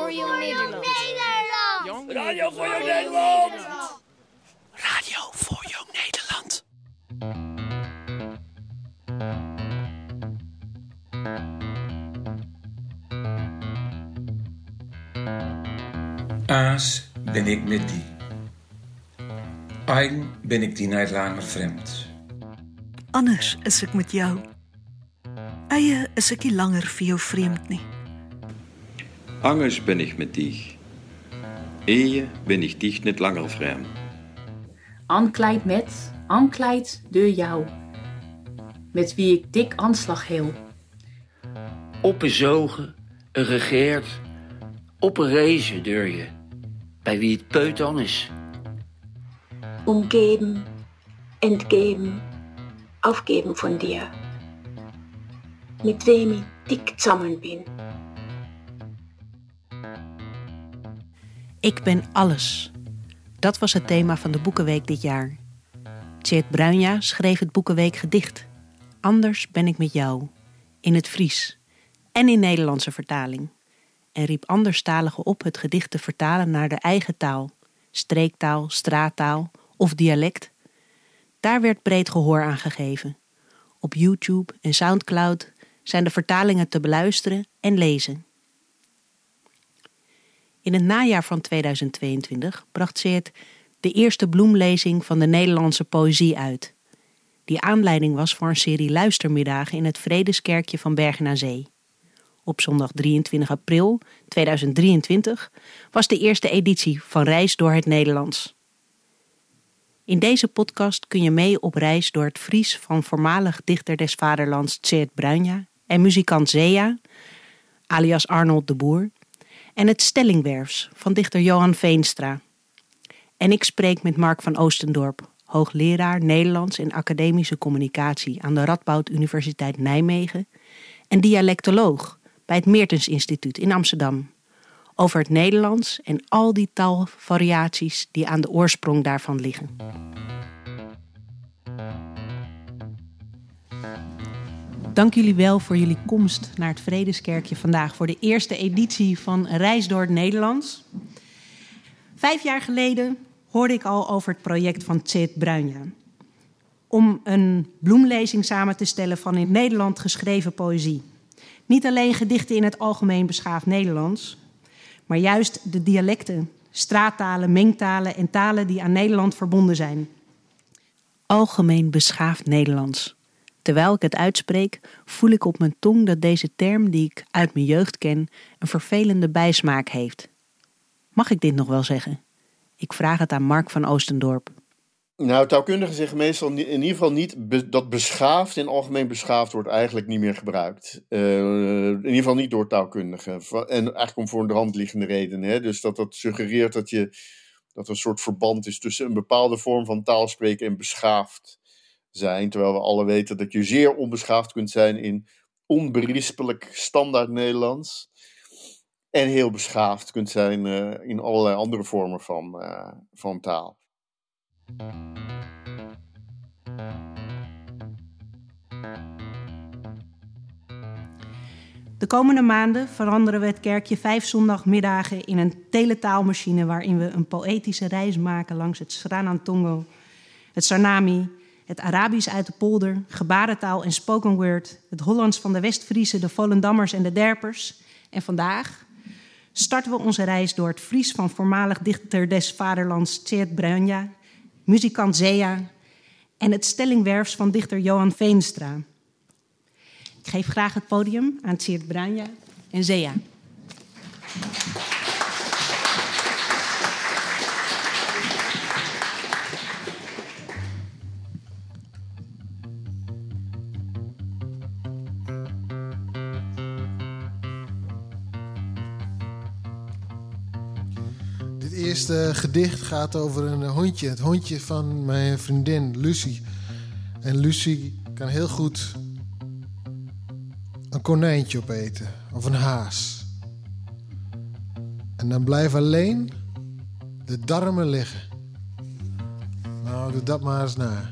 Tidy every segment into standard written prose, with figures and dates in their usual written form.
voor Jong Nederland. Radio voor Jong Nederland. Radio voor Jong Nederland. Aas ben ik met die. Eigen ben ik die niet langer vreemd. Anders is ik met jou. Eie is ik niet langer voor jou vreemd nie. Anders ben ik met dich. Ehe ben ik dich niet langer vreemd. Ankleid met, ankleid door jou. Met wie ik dik aanslag heel. Oppezogen, regeerd, opperezen door je. Bij wie het peut dan is. Umgeben, entgeben, aufgeben von dir. Mit wem ich dick zusammen bin. Ik ben alles. Dat was het thema van de Boekenweek dit jaar. Tjeerd Bruinja schreef het Boekenweekgedicht. Anders ben ik met jou. In het Fries. En in Nederlandse vertaling. En riep anderstaligen op het gedicht te vertalen naar de eigen taal. Streektaal, straattaal of dialect. Daar werd breed gehoor aan gegeven. Op YouTube en Soundcloud zijn de vertalingen te beluisteren en lezen. In het najaar van 2022 bracht Tjeerd de eerste bloemlezing van de Nederlandse poëzie uit. Die aanleiding was voor een serie luistermiddagen in het Vredeskerkje van Bergen aan Zee. Op zondag 23 april 2023 was de eerste editie van Reis door het Nederlands. In deze podcast kun je mee op reis door het Fries van voormalig dichter des vaderlands Tjeerd Bruinja en muzikant Zea, alias Arnold de Boer, en het Stellingwerfs van dichter Johan Veenstra. En ik spreek met Mark van Oostendorp, hoogleraar Nederlands en academische communicatie aan de Radboud Universiteit Nijmegen en dialectoloog bij het Meertens Instituut in Amsterdam, over het Nederlands en al die taalvariaties die aan de oorsprong daarvan liggen. Dank jullie wel voor jullie komst naar het Vredeskerkje vandaag voor de eerste editie van Reis door het Nederlands. 5 jaar geleden hoorde ik al over het project van Tjeerd Bruinja. Om een bloemlezing samen te stellen van in Nederland geschreven poëzie. Niet alleen gedichten in het algemeen beschaafd Nederlands, maar juist de dialecten, straattalen, mengtalen en talen die aan Nederland verbonden zijn. Algemeen beschaafd Nederlands. Terwijl ik het uitspreek, voel ik op mijn tong dat deze term die ik uit mijn jeugd ken een vervelende bijsmaak heeft. Mag ik dit nog wel zeggen? Ik vraag het aan Mark van Oostendorp. Nou, taalkundigen zeggen meestal in ieder geval niet dat beschaafd en algemeen beschaafd wordt eigenlijk niet meer gebruikt. In ieder geval niet door taalkundigen. En eigenlijk om voor de hand liggende redenen. Hè? Dus dat suggereert dat er een soort verband is tussen een bepaalde vorm van taalspreken en beschaafd zijn. Terwijl we alle weten dat je zeer onbeschaafd kunt zijn in onberispelijk standaard Nederlands. En heel beschaafd kunt zijn in allerlei andere vormen van taal. De komende maanden veranderen we het kerkje 5 zondagmiddagen in een teletaalmachine waarin we een poëtische reis maken langs het Sranantongo, het Sarnami, het Arabisch uit de polder, gebarentaal en spoken word, het Hollands van de West-Friezen, de Volendammers en de Derpers. En vandaag starten we onze reis door het Fries van voormalig dichter des vaderlands Tjeerd Bruinja, muzikant Zea en het Stellingwerfs van dichter Johan Veenstra. Ik geef graag het podium aan Tjeerd Bruinja en Zea. Dit eerste gedicht gaat over een hondje. Het hondje van mijn vriendin Lucie. En Lucie kan heel goed een konijntje opeten. Of een haas. En dan blijven alleen de darmen liggen. Nou, doe dat maar eens na.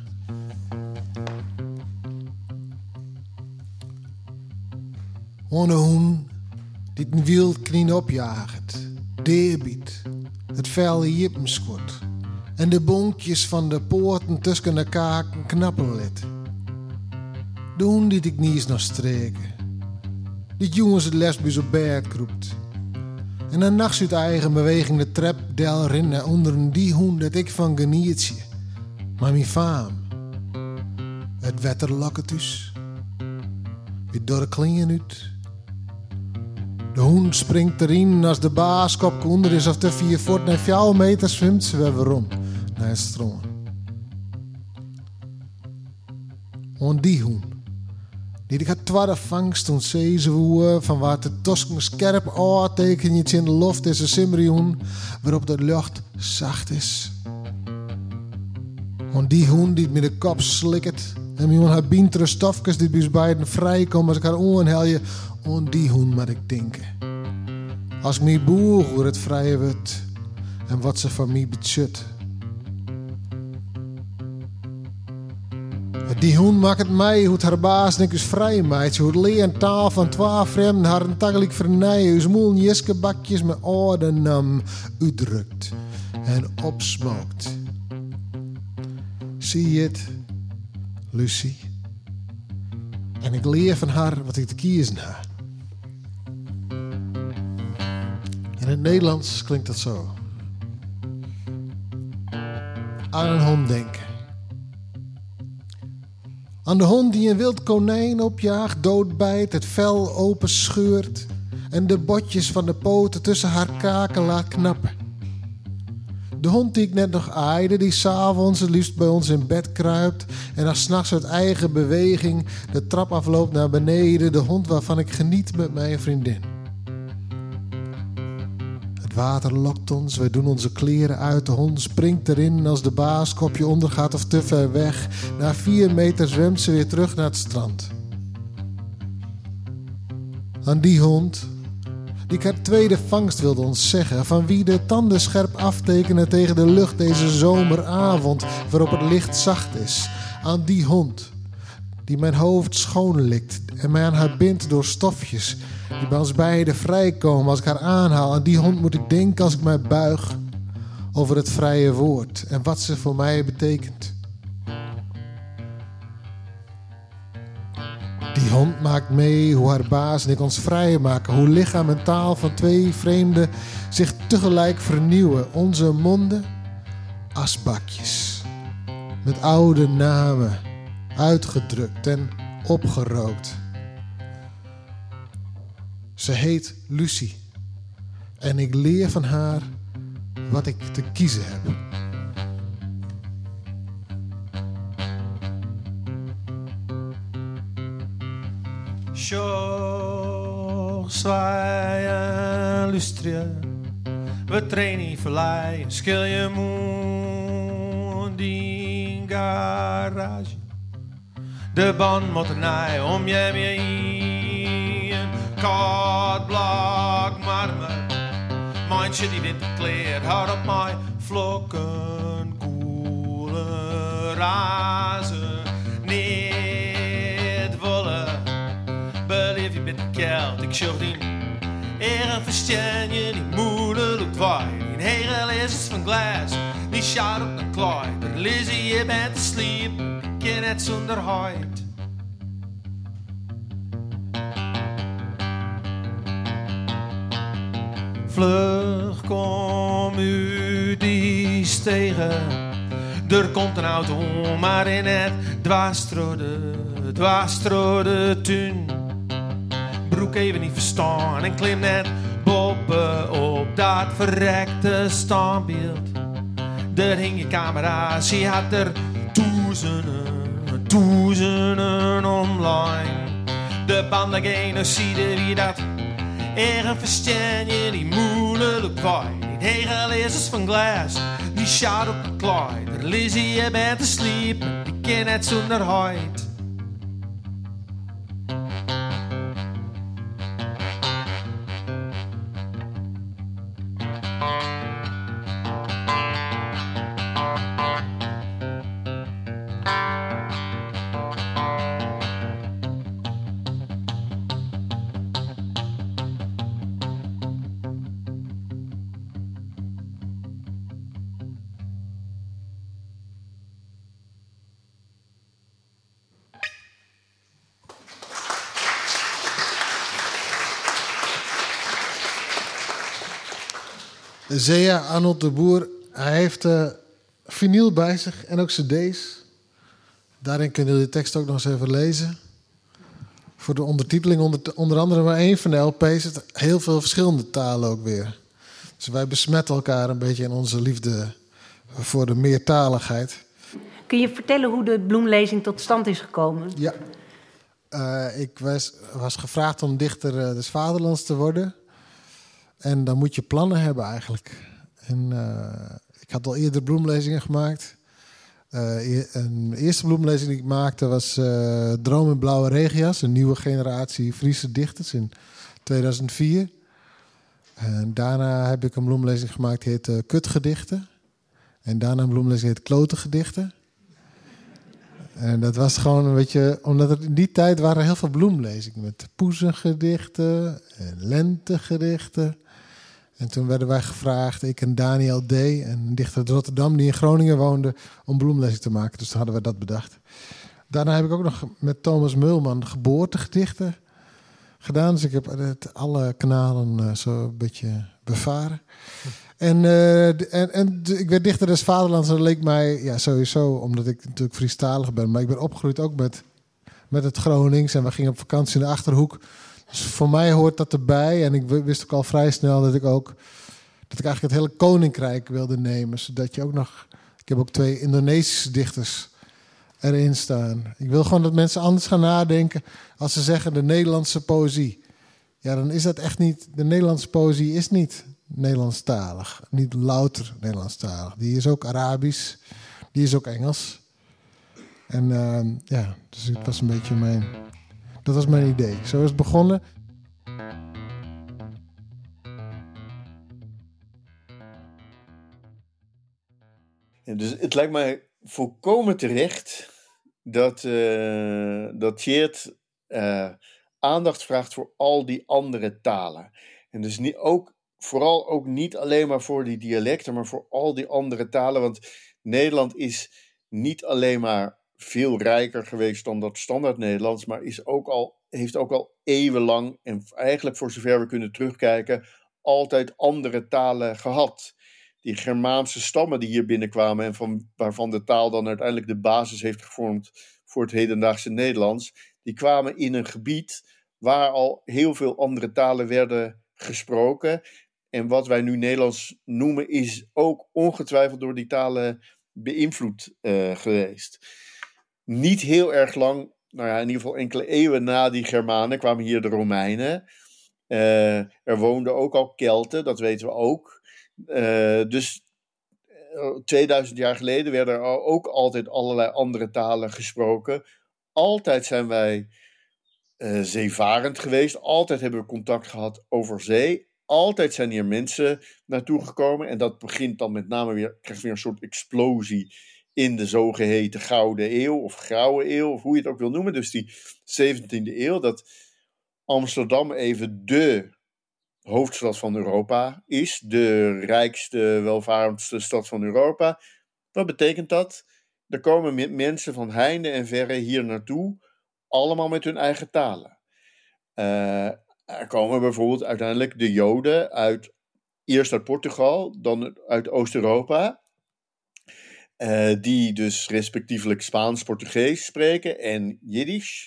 Honnehoen die een wild knien opjaagt, deerbiet, het vel jippenskort en de bonkjes van de poorten tussen de kaken knappen liet. De hoen die ik niet eens nog streken, die jongens het lesbisch op bed kroept. En dan nachts uit eigen beweging de trap del rinnen onder die hoen dat ik van genietje. Maar mijn faam, het wetterlokketus, wie door de klingen uit. De hoen springt erin als de baas kopje onder is of de 4 voort naar 4 meter zwemt ze weer om naar het stroom. En die hoen, die ik had tweede vangst toen ze woe van waar de tosken scherp oortekenjes in de loft is een simmerioen waarop de lucht zacht is. En die hoen die met de kop slikt en met haar bintere stofjes die bij beiden vrijkomen als ik haar oren helje. En die hoen moet ik denken. Als ik mijn boer hoe het vrije wordt en wat ze van mij betjut. Die hoen maakt het mij hoe het haar baas niks vrij maakt. Hoe het lee en taal van 12 vreemden haar een tagelijk vernijen. Hoe smoel jiskebakjes met ordenam uitdrukt en opsmookt. Zie je het, Lucie? En ik leer van haar wat ik te kiezen heb. In het Nederlands klinkt dat zo. Aan een hond denken. Aan de hond die een wild konijn opjaagt, doodbijt, het vel open scheurt en de botjes van de poten tussen haar kaken laat knappen. De hond die ik net nog aaide, die 's avonds het liefst bij ons in bed kruipt en dan 's nachts uit eigen beweging de trap afloopt naar beneden. De hond waarvan ik geniet met mijn vriendin. Het water lokt ons, wij doen onze kleren uit. De hond springt erin als de baas kopje ondergaat of te ver weg. Na 4 meter zwemt ze weer terug naar het strand. Aan die hond, die ik haar tweede vangst wilde ons zeggen, van wie de tanden scherp aftekenen tegen de lucht deze zomeravond waarop het licht zacht is. Aan die hond, die mijn hoofd schoonlikt en mij aan haar bindt door stofjes die bij ons beiden vrijkomen als ik haar aanhaal. Aan die hond moet ik denken als ik mij buig over het vrije woord en wat ze voor mij betekent. Die hond maakt mee hoe haar baas en ik ons vrij maken. Hoe lichaam en taal van 2 vreemden zich tegelijk vernieuwen. Onze monden asbakjes. Met oude namen uitgedrukt en opgerookt. Ze heet Lucie. En ik leer van haar wat ik te kiezen heb. Zwaai en lusteren, we trainen verlei, schil je moed in garage. De band moet erbij om je weer in, koud blok marmer. Mindje die winterkleed, hard op mij, vlokken, koele razen, niet wollen. Beleef je met de kelt, ik zocht in. Eren verstaan je, die moeder loopt waai. Die hegel is het van glas, die schaart op een klooi. Maar Lizzie, je bent te sleep, ik ken het zonder huid. Vlug, kom u die stegen. Er komt een auto maar in het dwaasstrode tuin. Broek even niet verstaan en klim net boven op dat verrekte standbeeld. Daar hing je camera, ze had er duizenden online. De banden genocide, wie dat ergens verstaan je, die moeilijk kwaai. Die hegel is het van glas, die schaart op de klooi. Der Lizzie, je bent te sleep, ik ken het zonder huid. Zea Arnold de Boer, hij heeft vinyl bij zich en ook cd's. Daarin kunnen jullie de tekst ook nog eens even lezen. Voor de ondertiteling onder andere maar 1 van de LP's. Het heel veel verschillende talen ook weer. Dus wij besmetten elkaar een beetje in onze liefde voor de meertaligheid. Kun je vertellen hoe de bloemlezing tot stand is gekomen? Ja. Ik was gevraagd om dichter des Vaderlands te worden. En dan moet je plannen hebben eigenlijk. En ik had al eerder bloemlezingen gemaakt. Een eerste bloemlezing die ik maakte was Droom in Blauwe Regia's. Een nieuwe generatie Friese dichters in 2004. En daarna heb ik een bloemlezing gemaakt die heet Kutgedichten. En daarna een bloemlezing die heet Klotengedichten. En dat was gewoon een beetje... Omdat er in die tijd waren er heel veel bloemlezingen. Met poezengedichten en lentegedichten. En toen werden wij gevraagd, ik en Daniel D., een dichter uit Rotterdam die in Groningen woonde, om bloemlezing te maken. Dus toen hadden we dat bedacht. Daarna heb ik ook nog met Thomas Mulman geboortegedichten gedaan. Dus ik heb alle kanalen zo een beetje bevaren. En ik werd dichter des Vaderlands. En dat leek mij sowieso, omdat ik natuurlijk Friestalig ben. Maar ik ben opgegroeid ook met het Gronings. En we gingen op vakantie in de Achterhoek. Dus voor mij hoort dat erbij. En ik wist ook al vrij snel dat ik eigenlijk het hele koninkrijk wilde nemen. Zodat je ook nog... Ik heb ook 2 Indonesische dichters erin staan. Ik wil gewoon dat mensen anders gaan nadenken als ze zeggen de Nederlandse poëzie. Ja, dan is dat echt niet... De Nederlandse poëzie is niet Nederlandstalig. Niet louter Nederlandstalig. Die is ook Arabisch. Die is ook Engels. En dus het was een beetje dat was mijn idee. Zo is het begonnen. Ja, dus het lijkt mij volkomen terecht dat Tjeerd aandacht vraagt voor al die andere talen. En dus vooral ook niet alleen maar voor die dialecten, maar voor al die andere talen. Want Nederland is niet alleen maar veel rijker geweest dan dat standaard Nederlands, maar heeft ook al eeuwenlang, en eigenlijk voor zover we kunnen terugkijken, altijd andere talen gehad. Die Germaanse stammen die hier binnenkwamen en waarvan de taal dan uiteindelijk de basis heeft gevormd voor het hedendaagse Nederlands, die kwamen in een gebied waar al heel veel andere talen werden gesproken. En wat wij nu Nederlands noemen is ook ongetwijfeld door die talen beïnvloed geweest. Niet heel erg lang, in ieder geval enkele eeuwen na die Germanen kwamen hier de Romeinen. Er woonden ook al Kelten, dat weten we ook. Dus 2000 jaar geleden werden er ook altijd allerlei andere talen gesproken. Altijd zijn wij zeevarend geweest. Altijd hebben we contact gehad over zee. Altijd zijn hier mensen naartoe gekomen. En dat begint dan met name krijgt weer een soort explosie in de zogeheten Gouden Eeuw of Grauwe Eeuw, of hoe je het ook wil noemen. Dus die 17e eeuw, dat Amsterdam even de hoofdstad van Europa is. De rijkste, welvarendste stad van Europa. Wat betekent dat? Er komen mensen van heinde en verre hier naartoe, allemaal met hun eigen talen. Er komen bijvoorbeeld uiteindelijk de Joden eerst uit Portugal, dan uit Oost-Europa. Die dus respectievelijk Spaans, Portugees spreken en Jiddisch.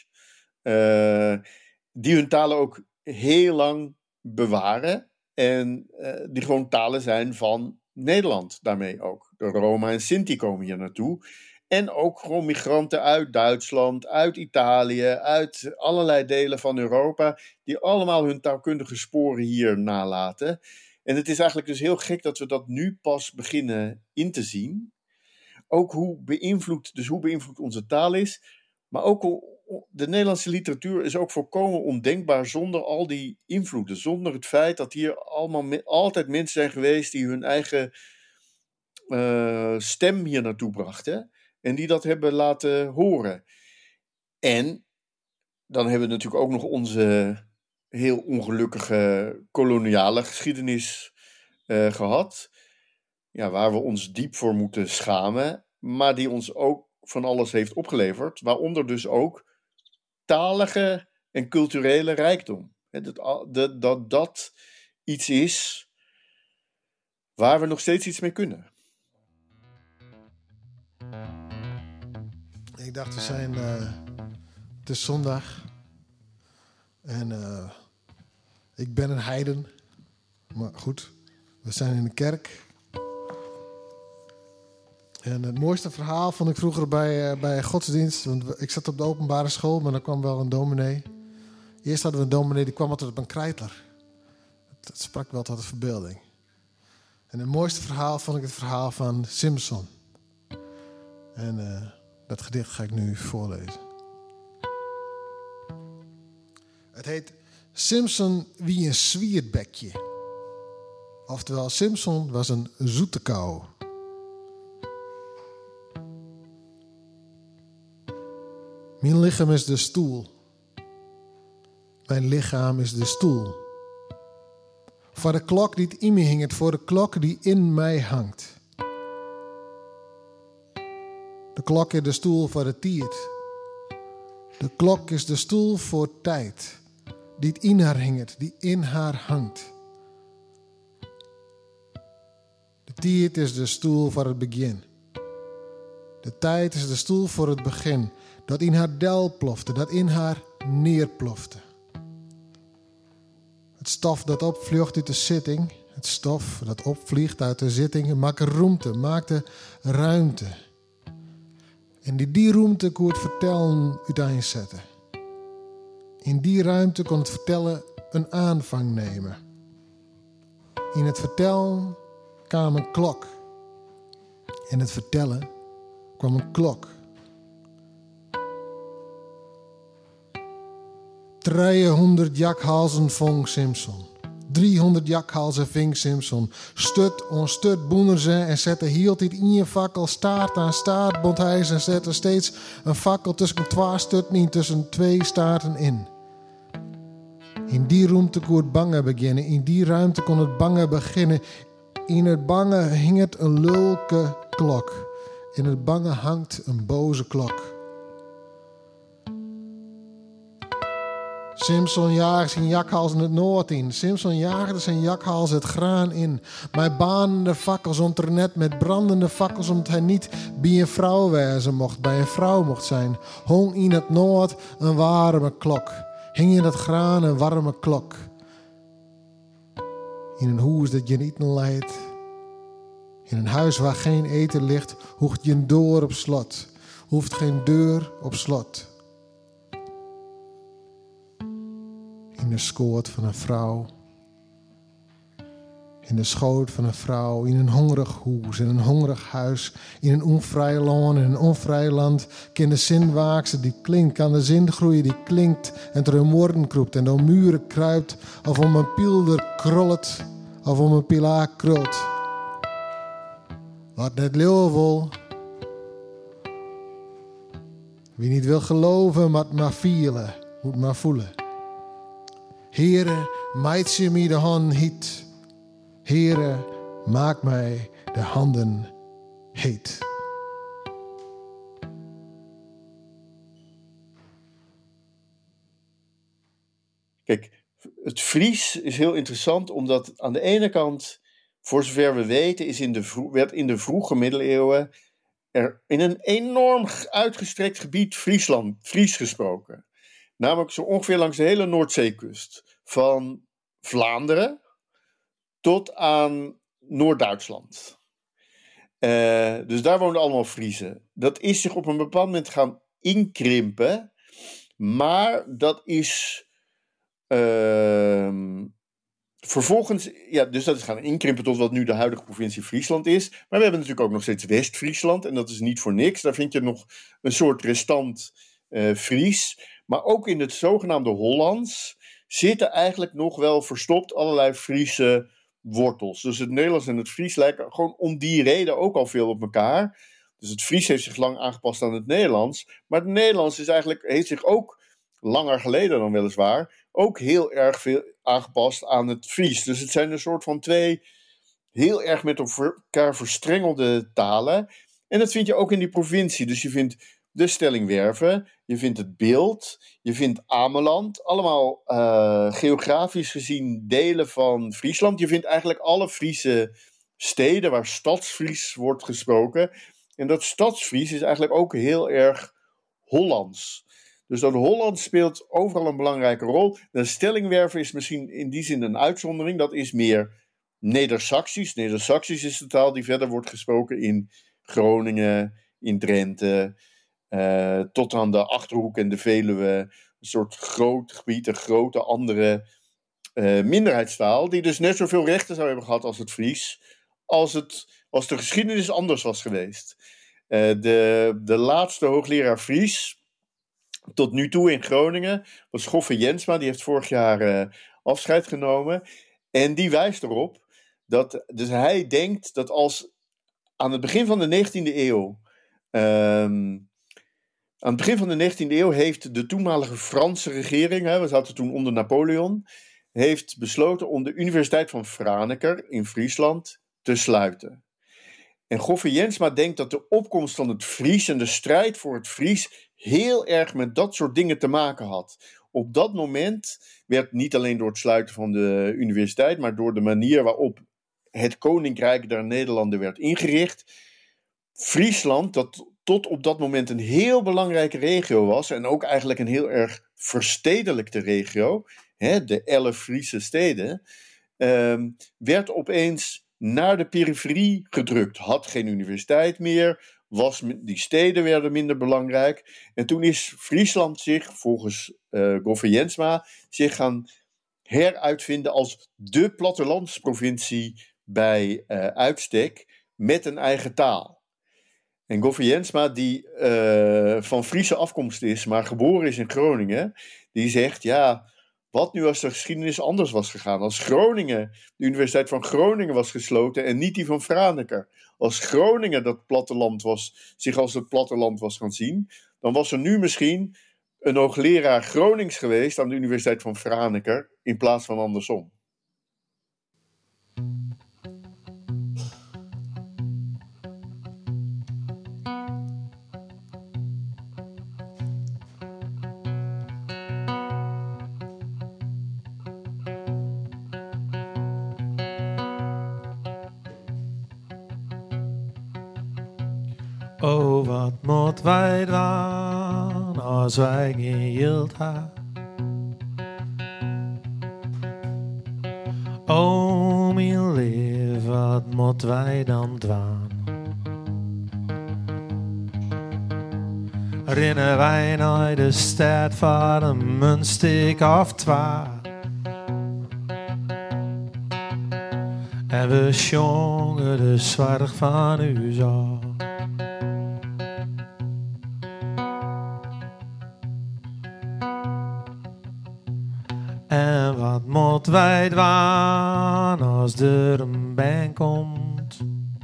Die hun talen ook heel lang bewaren. En die gewoon talen zijn van Nederland daarmee ook. De Roma en Sinti komen hier naartoe. En ook gewoon migranten uit Duitsland, uit Italië, uit allerlei delen van Europa, die allemaal hun taalkundige sporen hier nalaten. En het is eigenlijk dus heel gek dat we dat nu pas beginnen in te zien. Ook hoe beïnvloed onze taal is. Maar ook de Nederlandse literatuur is ook volkomen ondenkbaar zonder al die invloeden. Zonder het feit dat hier altijd mensen zijn geweest die hun eigen stem hier naartoe brachten. En die dat hebben laten horen. En dan hebben we natuurlijk ook nog onze heel ongelukkige koloniale geschiedenis gehad. Ja, waar we ons diep voor moeten schamen. Maar die ons ook van alles heeft opgeleverd. Waaronder dus ook talige en culturele rijkdom. Dat iets is waar we nog steeds iets mee kunnen. Ik dacht, het is zondag. En ik ben een heiden. Maar goed, we zijn in de kerk. En het mooiste verhaal vond ik vroeger bij godsdienst. Want ik zat op de openbare school, maar dan kwam wel een dominee. Eerst hadden we een dominee, die kwam altijd op een krijtler. Dat sprak wel tot de verbeelding. En het mooiste verhaal vond ik het verhaal van Simson. En dat gedicht ga ik nu voorlezen. Het heet Simson wie een zwiertbekje. Oftewel, Simson was een zoete kou. Mijn lichaam is de stoel. Mijn lichaam is de stoel. Voor de klok die in me hingt, voor de klok die in mij hangt. De klok is de stoel voor de tijd. De klok is de stoel voor tijd. Die in haar hingt, die in haar hangt. De tijd is de stoel voor het begin. De tijd is de stoel voor het begin. Dat in haar del plofte, dat in haar neerplofte. Het stof dat opvlucht uit de zitting. Het stof dat opvliegt uit de zitting. Maakte ruimte. En die ruimte kon het vertellen uiteenzetten. In die ruimte kon het vertellen een aanvang nemen. In het vertellen kwam een klok. In het vertellen kwam een klok. 300 jakhalzen vong Simson. 300 jakhalzen ving Simson. Stut on stut boener ze en zette hield dit in je fakkel staart aan staart bond hij en zette steeds een fakkel tussen 2 stutten in tussen 2 staarten in. In die ruimte kon het bangen beginnen. In die ruimte kon het bangen beginnen. In het bangen hing het een lulke klok. In het bangen hangt een boze klok. Simson jaagde zijn jakhals in het noord in. Simson jaagde zijn jakhals het graan in. Met banende fakkels om er net met brandende fakkels omdat hij niet bij een vrouw wezen mocht, bij een vrouw mocht zijn. Hong in het noord een warme klok. Hing in het graan een warme klok. In een huis dat je niet leidt. In een huis waar geen eten ligt, hoeft je een deur op slot. Hoeft geen deur op slot. In de schoot van een vrouw. In de schoot van een vrouw. In een hongerig huis. In een hongerig huis. In een onvrij land. In een onvrij land. Kan de zin waaksen die klinkt. Kan de zin groeien die klinkt. En er een woorden kroept. En door muren kruipt. Of om een pielder krollet. Of om een pilaar krult. Wat net leeuwen wil. Wie niet wil geloven, maar vielen. Moet maar voelen. Heere, maait ze mij de hand heet. Heere, maak mij de handen heet. Kijk, het Fries is heel interessant, omdat aan de ene kant, voor zover we weten, werd in de vroege middeleeuwen er in een enorm uitgestrekt gebied Fries gesproken. Namelijk zo ongeveer langs de hele Noordzeekust. Van Vlaanderen tot aan Noord-Duitsland. Dus daar woonden allemaal Friezen. Dat is zich op een bepaald moment gaan inkrimpen. Maar dat is vervolgens, ja, dus dat is gaan inkrimpen tot wat nu de huidige provincie Friesland is. Maar we hebben natuurlijk ook nog steeds West-Friesland. En dat is niet voor niks. Daar vind je nog een soort restant Fries. Maar ook in het zogenaamde Hollands zitten eigenlijk nog wel verstopt allerlei Friese wortels. Dus het Nederlands en het Fries lijken gewoon om die reden ook al veel op elkaar. Dus het Fries heeft zich lang aangepast aan het Nederlands. Maar het Nederlands heeft zich ook, langer geleden dan weliswaar, ook heel erg veel aangepast aan het Fries. Dus het zijn een soort van 2 heel erg met elkaar verstrengelde talen. En dat vind je ook in die provincie. Dus je vindt de Stellingwerven, je vindt het Beeld, je vindt Ameland. Allemaal geografisch gezien delen van Friesland. Je vindt eigenlijk alle Friese steden waar Stadsfries wordt gesproken. En dat Stadsfries is eigenlijk ook heel erg Hollands. Dus dat Holland speelt overal een belangrijke rol. De Stellingwerven is misschien in die zin een uitzondering. Dat is meer Neder-Saxisch. Neder-Saxisch is de taal die verder wordt gesproken in Groningen, in Drenthe, tot aan de Achterhoek en de Veluwe. Een soort groot gebied, een grote andere minderheidstaal, die dus net zoveel rechten zou hebben gehad als het Fries, als de geschiedenis anders was geweest. De laatste hoogleraar Fries, tot nu toe in Groningen, was Goffe Jensma, die heeft vorig jaar afscheid genomen. En die wijst erop dat, dus hij denkt dat als aan het begin van de 19e eeuw, aan het begin van de 19e eeuw heeft de toenmalige Franse regering, we zaten toen onder Napoleon, heeft besloten om de Universiteit van Franeker in Friesland te sluiten. En Goffe Jensma denkt dat de opkomst van het Fries en de strijd voor het Fries heel erg met dat soort dingen te maken had. Op dat moment werd niet alleen door het sluiten van de universiteit, maar door de manier waarop het Koninkrijk der Nederlanden werd ingericht, Friesland, dat tot op dat moment een heel belangrijke regio was en ook eigenlijk een heel erg verstedelijkte regio, de 11 Friese steden, werd opeens naar de periferie gedrukt. Had geen universiteit meer, die steden werden minder belangrijk. En toen is Friesland zich, volgens Goffe Jensma, zich gaan heruitvinden als de plattelandsprovincie bij uitstek met een eigen taal. En Goffe Jensma, die van Friese afkomst is, maar geboren is in Groningen, die zegt, ja, wat nu als de geschiedenis anders was gegaan? Als Groningen, de Universiteit van Groningen was gesloten en niet die van Franeker. Als Groningen dat platteland zich als het platteland was gaan zien, dan was er nu misschien een hoogleraar Gronings geweest aan de Universiteit van Franeker in plaats van andersom. Oh, wat moet wij doen als wij geen geld hebben? Oh, mijn lief, wat moet wij dan doen? Rennen wij naar de stad voor een muntstuk of twee? En we zongen de zorg van u zo. En wat moet wij doen als er een band komt?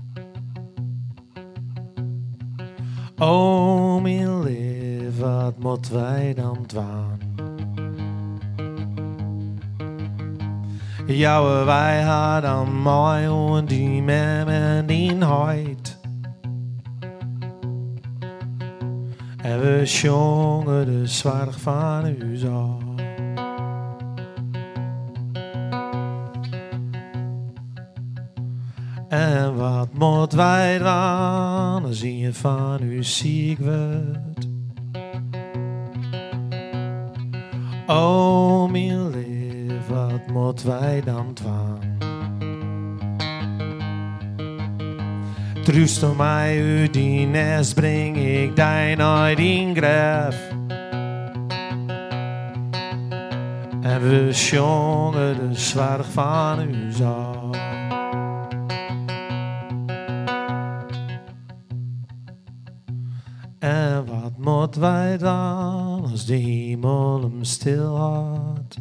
Oh, mijn lief, wat moet wij dan doen? Jouw wij hadden mooi en die mem en die huid. En we zongen de zorg van u zo. En wat moet wij doen als je van u ziek wordt? Oh, mijn lief, wat moet wij dan doen? Troost mij uit die nest, breng ik die naar die graf. En we zongen de zorg van u zo. En wat moet wij dan als de hemel hem stil houdt?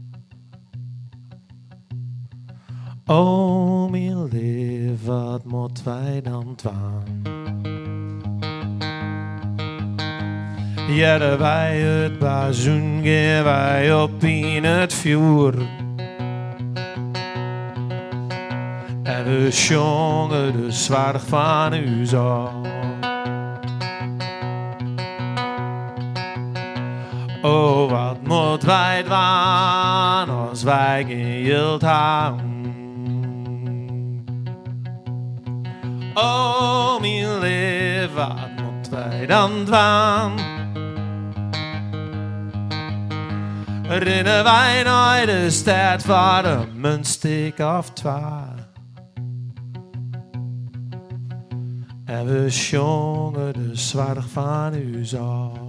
Oh, mijn lief, wat moet wij dan doen? Ja, wij het bazoen gaan wij op in het vuur. En we zongen de zorg van u zo. Oh, wat moet wij doen als wij geen geld hebben? wat moet wij dan doen? Rennen wij naar de stad voor een muntstuk of 2. En we zongen de zwaardig van u zo.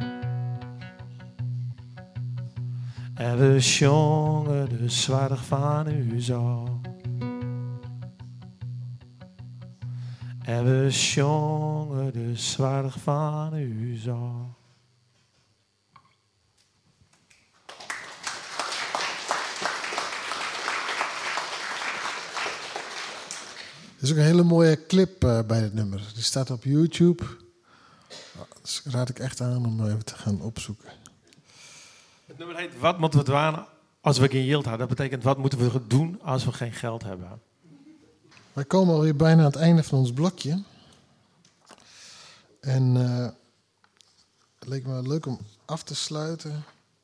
En we zongen de zwaardig van u zo. En we zongen de zwaardig van u zo. Er is ook een hele mooie clip bij het nummer. Die staat op YouTube. Dus raad ik echt aan om even te gaan opzoeken. Het nummer heet Wat moeten we doen als we geen yield hebben? Dat betekent wat moeten we doen als we geen geld hebben? Wij komen alweer bijna aan het einde van ons blokje. En het leek me leuk om af te sluiten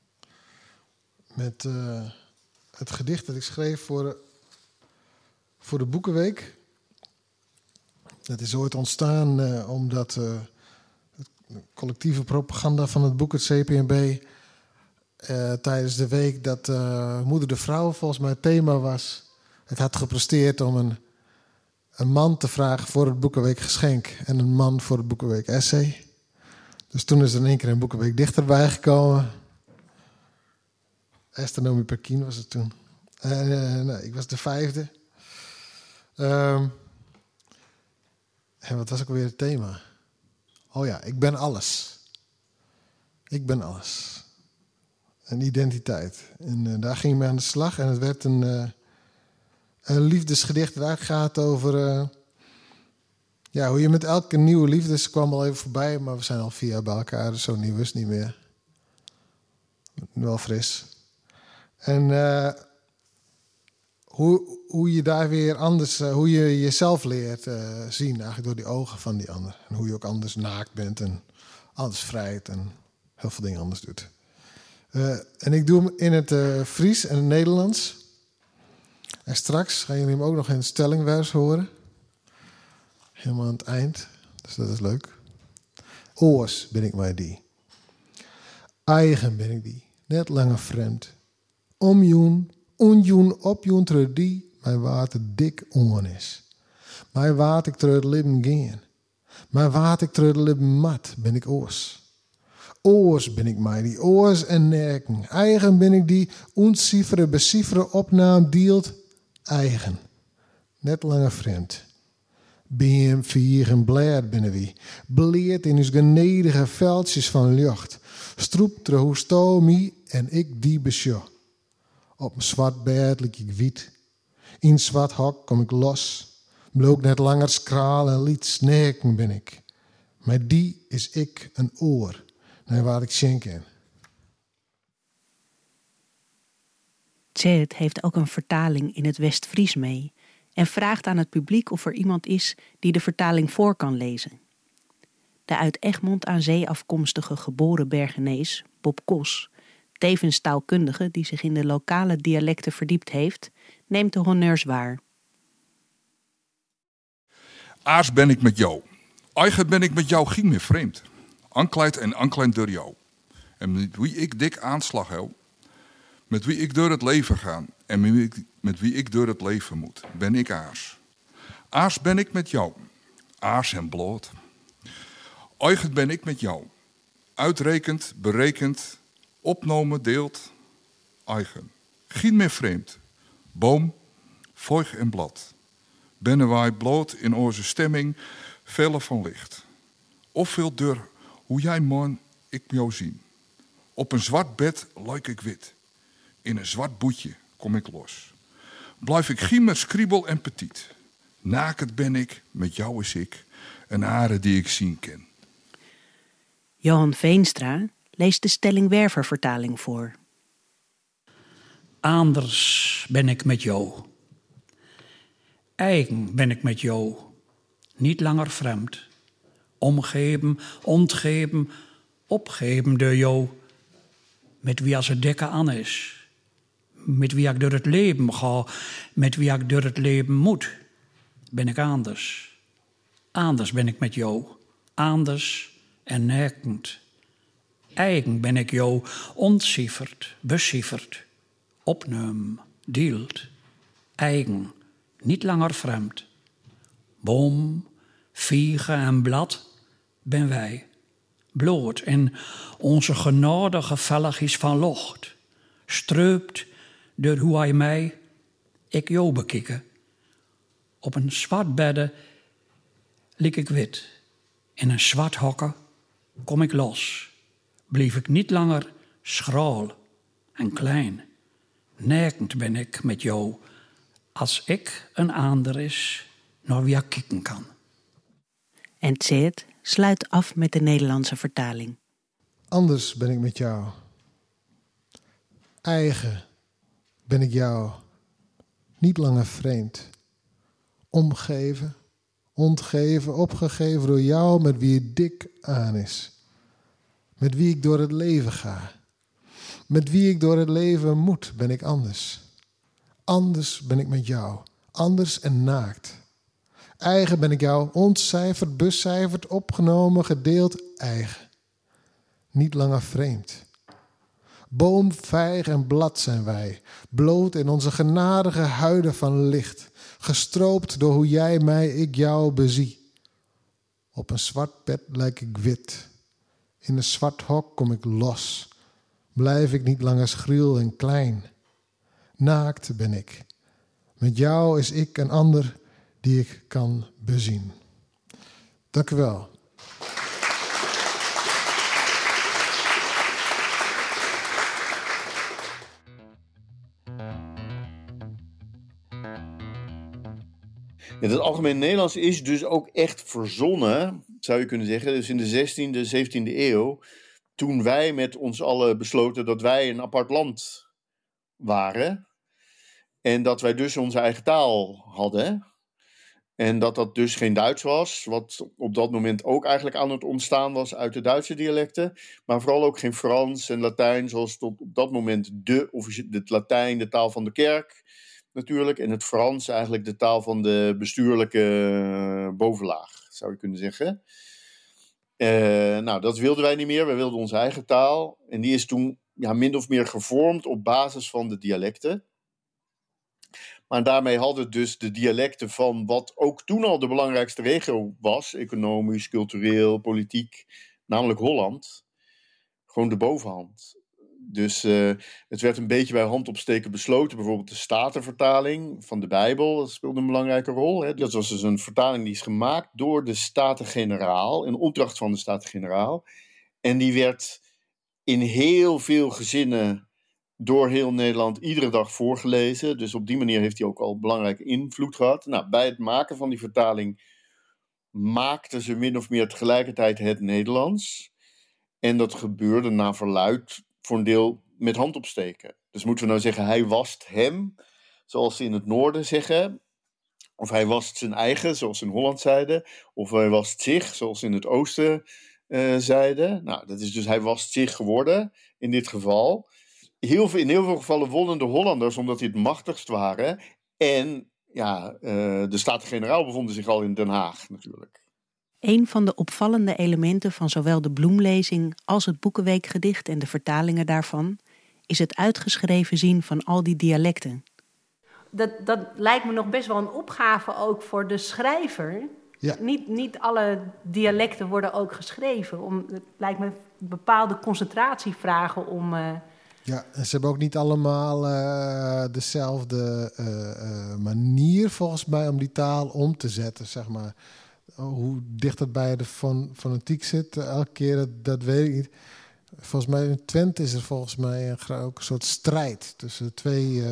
met het gedicht dat ik schreef voor de Boekenweek. Dat is ooit ontstaan omdat het collectieve propaganda van het boek, het CPNB, tijdens de week dat Moeder de Vrouw volgens mij het thema was. Het had gepresteerd om een man te vragen voor het Boekenweek geschenk en een man voor het Boekenweek essay. Dus toen is er in één keer een Boekenweek dichter bijgekomen. Esther Nomi Perkien was het toen. Ik was de 5e. En wat was ook weer het thema? Oh ja, ik ben alles. Ik ben alles. Een identiteit. En daar ging ik mee aan de slag. En het werd een liefdesgedicht dat gaat over hoe je met elke nieuwe liefde, ze kwam al even voorbij, maar we zijn al 4 jaar bij elkaar, dus zo nieuw is het niet meer. Wel fris. En hoe je daar weer anders, hoe je jezelf leert zien, eigenlijk door die ogen van die ander. En hoe je ook anders naakt bent en anders vrijt en heel veel dingen anders doet. En ik doe hem in het Fries en het Nederlands. En straks gaan jullie hem ook nog in het stellingwers horen. Helemaal aan het eind. Dus dat is leuk. Oors ben ik mij die. Eigen ben ik die. Net langer vreemd. Omjoen, onjoen, opjoen, terug die. Mijn water dik on is. Mijn water ik terug het lippen gaan. Mijn water ik terug het lippen mat. Ben ik oors. Oors ben ik mij die. Oors en nerken. Eigen ben ik die. Ontcijferen, becijferen, opnaam, deelt. Eigen. Net langer vreemd. Beem, vieren, blad binnen wie. Bleed in uw genedige veldjes van lucht. Stroep terug stomie en ik die besjo. Op mijn zwart bed lik ik wit. In zwart hok kom ik los. Blook net langer skraal en liet sneken ben ik. Maar die is ik een oor. Naar waar ik schenken. Tjeerd heeft ook een vertaling in het West-Fries mee en vraagt aan het publiek of er iemand is die de vertaling voor kan lezen. De uit Egmond aan Zee afkomstige geboren Bergenees, Bob Kos, tevens taalkundige die zich in de lokale dialecten verdiept heeft, neemt de honneurs waar. Aars ben ik met jou. Eigen ben ik met jou geen meer vreemd. Ankleid en ankleid door jou. En met wie ik dik aanslag heb, met wie ik door het leven ga en met wie ik door het leven moet, ben ik aars. Aars ben ik met jou. Aars en bloot. Eigen ben ik met jou. Uitrekend, berekend, opnomen, deelt. Eigen. Geen meer vreemd. Boom, voig en blad. Bennen wij bloot in onze stemming, vele van licht. Of veel deur, hoe jij man ik jou zien. Op een zwart bed lijk ik wit. In een zwart boetje kom ik los. Blijf ik giemer, skriebel en petit. Nakend ben ik, met jou is ik, een haren die ik zien ken. Johan Veenstra leest de Stelling-Werver-vertaling voor. Anders ben ik met jou. Eigen ben ik met jou. Niet langer vreemd. Omgeven, ontgeven, opgeven door jou. Met wie als het dikke aan is. Met wie ik door het leven ga. Met wie ik door het leven moet. Ben ik anders. Anders ben ik met jou. anders en nekend. Eigen ben ik jou ontcijferd, becijferd, opneem, deelt. Eigen, niet langer vreemd. Boom, viege en blad ben wij. Bloot en onze genadige velligjes van locht. Streupt door hoe hij mij, ik jou bekikken. Op een zwart bedde lik ik wit. In een zwart hokken kom ik los. Blief ik niet langer schraal en klein. Nekend ben ik met jou, als ik een ander is, naar wie ik kijken kan. En Tjeerd sluit af met de Nederlandse vertaling. Anders ben ik met jou. Eigen ben ik jou. Niet langer vreemd. Omgeven, ontgeven, opgegeven door jou met wie het dik aan is. Met wie ik door het leven ga. Met wie ik door het leven moet, ben ik anders. Anders ben ik met jou. Anders en naakt. Eigen ben ik jou, ontcijferd, becijferd, opgenomen, gedeeld, eigen. Niet langer vreemd. Boom, vijg en blad zijn wij, bloot in onze genadige huiden van licht, gestroopt door hoe jij mij, ik jou bezie. Op een zwart bed lijk ik wit, in een zwart hok kom ik los, blijf ik niet langer schriel en klein. Naakt ben ik, met jou is ik een ander die ik kan bezien. Dank u wel. Ja, het algemeen Nederlands is dus ook echt verzonnen, zou je kunnen zeggen. Dus in de 16e, 17e eeuw, toen wij met ons allen besloten dat wij een apart land waren. En dat wij dus onze eigen taal hadden. En dat dat dus geen Duits was, wat op dat moment ook eigenlijk aan het ontstaan was uit de Duitse dialecten. Maar vooral ook geen Frans en Latijn, zoals tot op dat moment het Latijn, de taal van de kerk natuurlijk. En het Frans eigenlijk de taal van de bestuurlijke bovenlaag, zou je kunnen zeggen. Nou, dat wilden wij niet meer. Wij wilden onze eigen taal. En die is toen min of meer gevormd op basis van de dialecten. Maar daarmee hadden dus de dialecten van wat ook toen al de belangrijkste regio was, economisch, cultureel, politiek, namelijk Holland, gewoon de bovenhand. Dus het werd een beetje bij hand opsteken besloten. Bijvoorbeeld de Statenvertaling van de Bijbel, dat speelde een belangrijke rol. Hè. Dat was dus een vertaling die is gemaakt door de Staten-Generaal, in opdracht van de Staten-Generaal. En die werd in heel veel gezinnen door heel Nederland iedere dag voorgelezen. Dus op die manier heeft hij ook al belangrijke invloed gehad. Nou, bij het maken van die vertaling maakten ze min of meer tegelijkertijd het Nederlands. En dat gebeurde naar verluidt voor een deel met handopsteken. Dus moeten we nou zeggen, hij wast hem, zoals ze in het noorden zeggen. Of hij wast zijn eigen, zoals ze in Holland zeiden. Of hij wast zich, zoals ze in het oosten zeiden. Nou, dat is dus hij wast zich geworden, in dit geval. In heel veel gevallen wonnen de Hollanders, omdat die het machtigst waren. En de Staten-Generaal bevonden zich al in Den Haag natuurlijk. Een van de opvallende elementen van zowel de bloemlezing als het Boekenweekgedicht en de vertalingen daarvan is het uitgeschreven zien van al die dialecten. Dat lijkt me nog best wel een opgave ook voor de schrijver. Ja. Niet alle dialecten worden ook geschreven. Het lijkt me bepaalde concentratie vragen om. Ja, en ze hebben ook niet allemaal dezelfde manier volgens mij om die taal om te zetten, zeg maar. Hoe dicht het bij de fonetiek zit, elke keer, dat weet ik niet. Volgens mij in Twente is er volgens mij ook een soort strijd tussen twee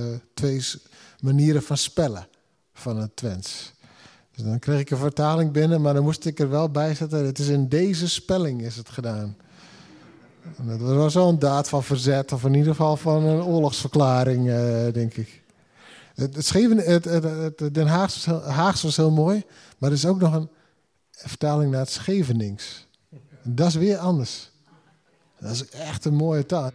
manieren van spellen van het Twents. Dus dan kreeg ik een vertaling binnen, maar dan moest ik er wel bij zetten. Het is in deze spelling is het gedaan. En dat was wel een daad van verzet, of in ieder geval van een oorlogsverklaring, denk ik. Het Den Haagse was heel mooi, maar er is ook nog een vertaling naar het Schevenings. En dat is weer anders. Dat is echt een mooie taal.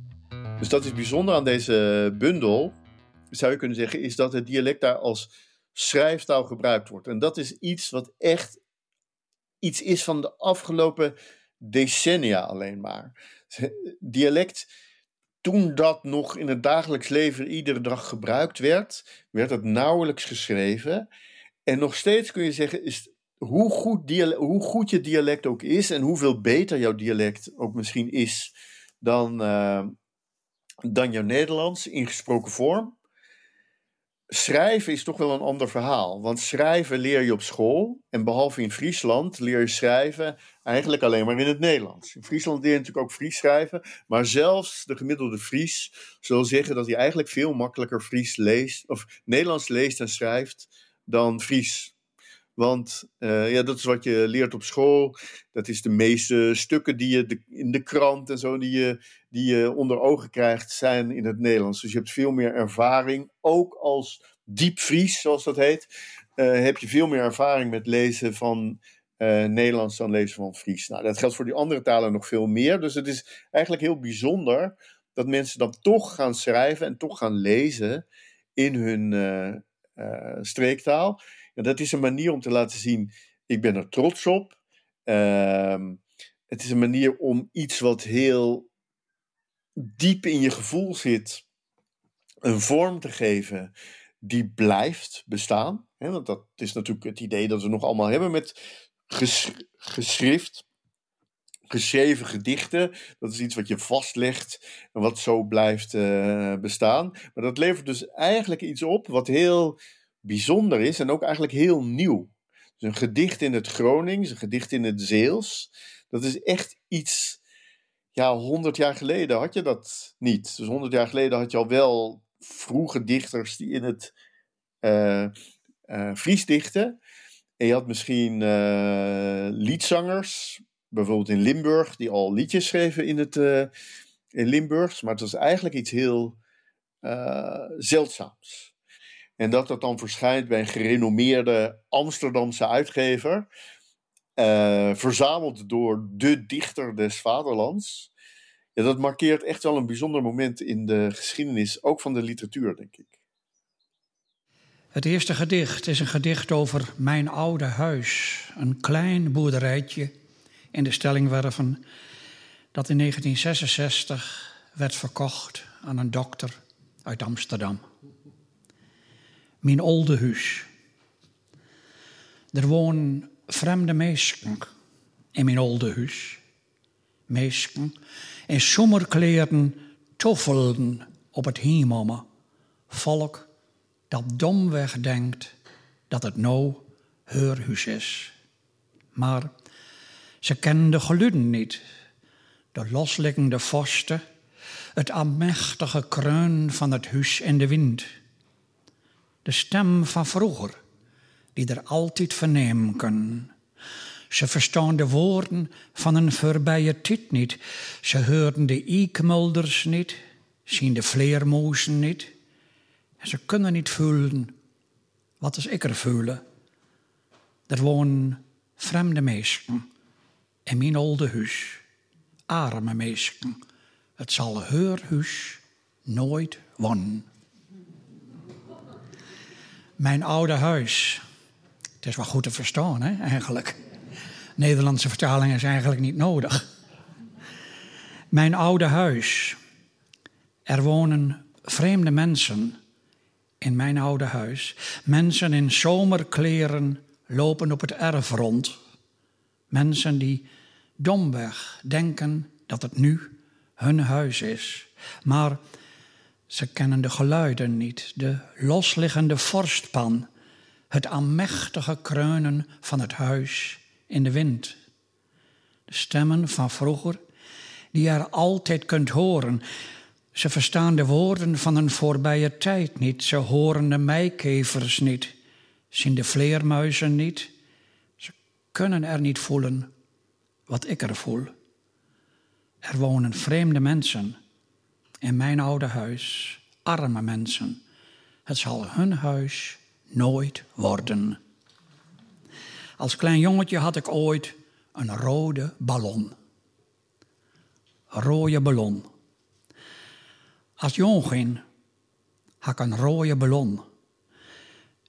Dus dat is bijzonder aan deze bundel, zou je kunnen zeggen, is dat het dialect daar als schrijftaal gebruikt wordt. En dat is iets wat echt iets is van de afgelopen decennia alleen maar. Dialect, toen dat nog in het dagelijks leven iedere dag gebruikt werd, werd het nauwelijks geschreven. En nog steeds kun je zeggen, hoe goed je dialect ook is en hoeveel beter jouw dialect ook misschien is dan jouw Nederlands in gesproken vorm. Schrijven is toch wel een ander verhaal. Want schrijven leer je op school. En behalve in Friesland leer je schrijven eigenlijk alleen maar in het Nederlands. In Friesland leer je natuurlijk ook Fries schrijven. Maar zelfs de gemiddelde Fries zal zeggen dat hij eigenlijk veel makkelijker Fries leest, of Nederlands leest en schrijft dan Fries. Want dat is wat je leert op school. Dat is de meeste stukken die je in de krant en zo die je onder ogen krijgt, zijn in het Nederlands. Dus je hebt veel meer ervaring. Ook als diep Fries, zoals dat heet, heb je veel meer ervaring met lezen van Nederlands dan lezen van Fries. Nou, dat geldt voor die andere talen nog veel meer. Dus het is eigenlijk heel bijzonder dat mensen dan toch gaan schrijven en toch gaan lezen in hun streektaal. En dat is een manier om te laten zien, ik ben er trots op. Het is een manier om iets wat heel diep in je gevoel zit, een vorm te geven die blijft bestaan. Want dat is natuurlijk het idee dat we nog allemaal hebben met geschreven gedichten. Dat is iets wat je vastlegt en wat zo blijft bestaan. Maar dat levert dus eigenlijk iets op wat heel bijzonder is en ook eigenlijk heel nieuw. Dus een gedicht in het Gronings, een gedicht in het Zeeuws, dat is echt iets, 100 jaar geleden had je dat niet. Dus 100 jaar geleden had je al wel vroege dichters die in het Fries dichten. En je had misschien liedzangers, bijvoorbeeld in Limburg, die al liedjes schreven in Limburgs. Maar het was eigenlijk iets heel zeldzaams. En dat dan verschijnt bij een gerenommeerde Amsterdamse uitgever, verzameld door de dichter des vaderlands. Ja, dat markeert echt wel een bijzonder moment in de geschiedenis, ook van de literatuur, denk ik. Het eerste gedicht is een gedicht over mijn oude huis. Een klein boerderijtje in de Stellingwerven dat in 1966 werd verkocht aan een dokter uit Amsterdam. Mijn oude huis. Er wonen vreemde mensen in mijn oude huis. Mensen in zomerkleren toffelden op het hemelme. Volk dat domweg denkt dat het nou haar huis is. Maar ze kennen de geluiden niet. De losliggende vorsten, het aanmächtige kreun van het huis in de wind. De stem van vroeger, die er altijd vernemen kunnen. Ze verstaan de woorden van een voorbije tijd niet. Ze horen de eekmulders niet, zien de vleermuizen niet. En ze kunnen niet voelen wat als ik er voelen. Er wonen vreemde mensen in mijn oude huis. Arme mensen. Het zal haar huis nooit wonen. Mijn oude huis. Het is wel goed te verstaan, hè, eigenlijk. Nederlandse vertaling is eigenlijk niet nodig. Mijn oude huis. Er wonen vreemde mensen in mijn oude huis. Mensen in zomerkleren lopen op het erf rond. Mensen die domweg denken dat het nu hun huis is. Maar ze kennen de geluiden niet, de losliggende vorstpan, het aanmächtige kreunen van het huis in de wind. De stemmen van vroeger, die je er altijd kunt horen. Ze verstaan de woorden van een voorbije tijd niet. Ze horen de meikevers niet, zien de vleermuizen niet. Ze kunnen er niet voelen wat ik er voel. Er wonen vreemde mensen in mijn oude huis, arme mensen. Het zal hun huis nooit worden. Als klein jongetje had ik ooit een rode ballon. Een rode ballon. Als jongin had ik een rode ballon.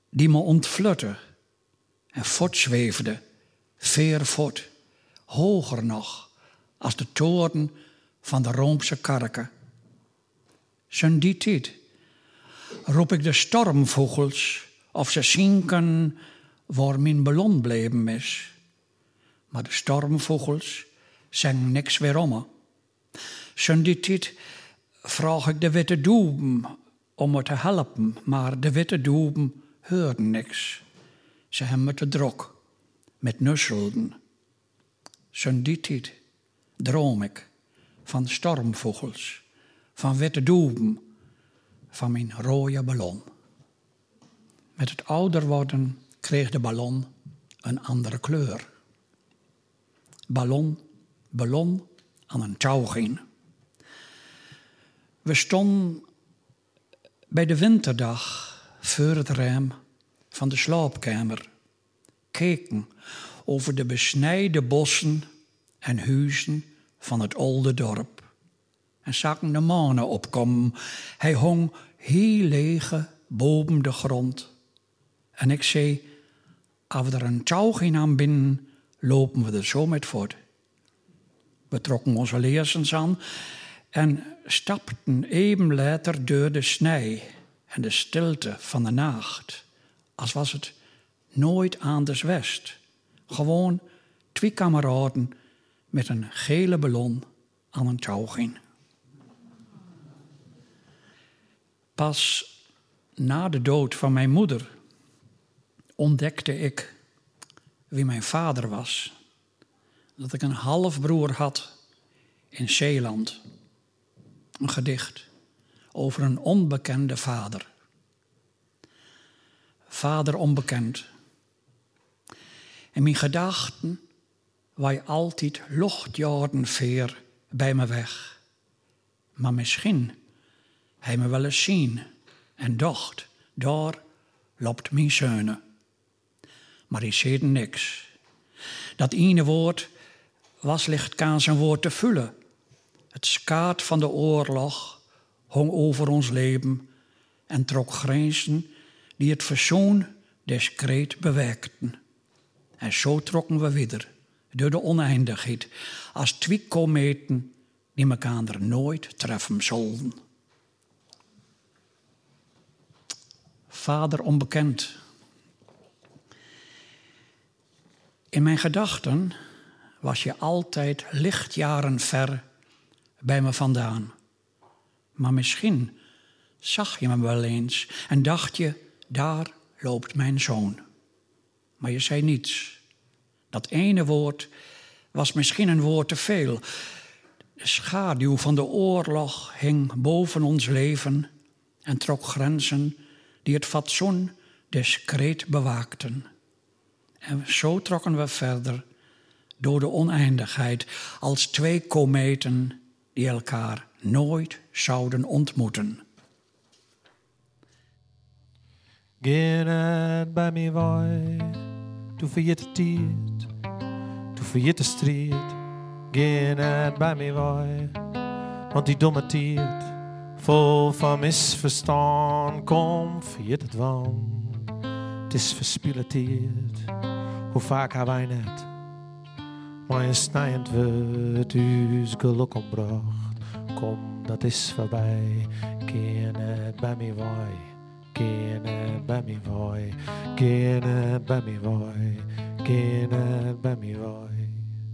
die me ontvlutte en voortzweefde, ver voort, hoger nog als de toren van de Roomse kerken. Zijn die tijd roep ik de stormvogels of ze zinken waar mijn ballon bleven is. Maar de stormvogels zingen niks weerom. Zijn die tijd vraag ik de witte doeben om me te helpen, maar de witte doeben hoorden niks. Ze hebben me te druk met nusselden. Zijn die tijd droom ik van stormvogels, van witte doeben, van mijn rode ballon. Met het ouder worden kreeg de ballon een andere kleur. Ballon aan een touw ging. We stonden bij de winterdag voor het raam van de slaapkamer, keken over de besnijde bossen en huizen van het oude dorp. En zagen de manen opkomen. Hij hong heel lege boven de grond. En ik zei, als we er een touw gaan aan binnen, lopen we er zo met voort. We trokken onze leersens aan en stapten even later door de snij en de stilte van de nacht. Als was het nooit anders west. Gewoon 2 kameraden met een gele ballon aan een touw ging. Pas na de dood van mijn moeder ontdekte ik wie mijn vader was. Dat ik een halfbroer had in Zeeland. Een gedicht over een onbekende vader. Vader onbekend. En mijn gedachten waren altijd luchtjaren ver bij me weg. Maar misschien hij me wel eens zien en dacht, daar loopt mijn zeunen. Maar hij zei niks. Dat ene woord was licht kan zijn woord te vullen. Het skaat van de oorlog hong over ons leven en trok grenzen die het verzoen discreet bewerkten. En zo trokken we weer door de oneindigheid als 2 kometen die elkaar nooit treffen zullen. Vader onbekend. In mijn gedachten was je altijd lichtjaren ver bij me vandaan. Maar misschien zag je me wel eens en dacht je, daar loopt mijn zoon. Maar je zei niets. Dat ene woord was misschien een woord te veel. De schaduw van de oorlog hing boven ons leven en trok grenzen die het fatsoen discreet bewaakten. En zo trokken we verder door de oneindigheid als 2 kometen die elkaar nooit zouden ontmoeten. Geen uit bij mij waai, toen verjet de tijd, toen verjet de strijd. Geen uit bij mij waai, want die domme tijd, vol van misverstand, kom verjet het want. Het is verspilde tijd, hoe vaak hebben wij net, maar een snijend wordt uw geluk ombracht. Kom, dat is voorbij, geen uit bij mij waai. Geen bij mij waai, geen bij mij waai, geen bij mij waai.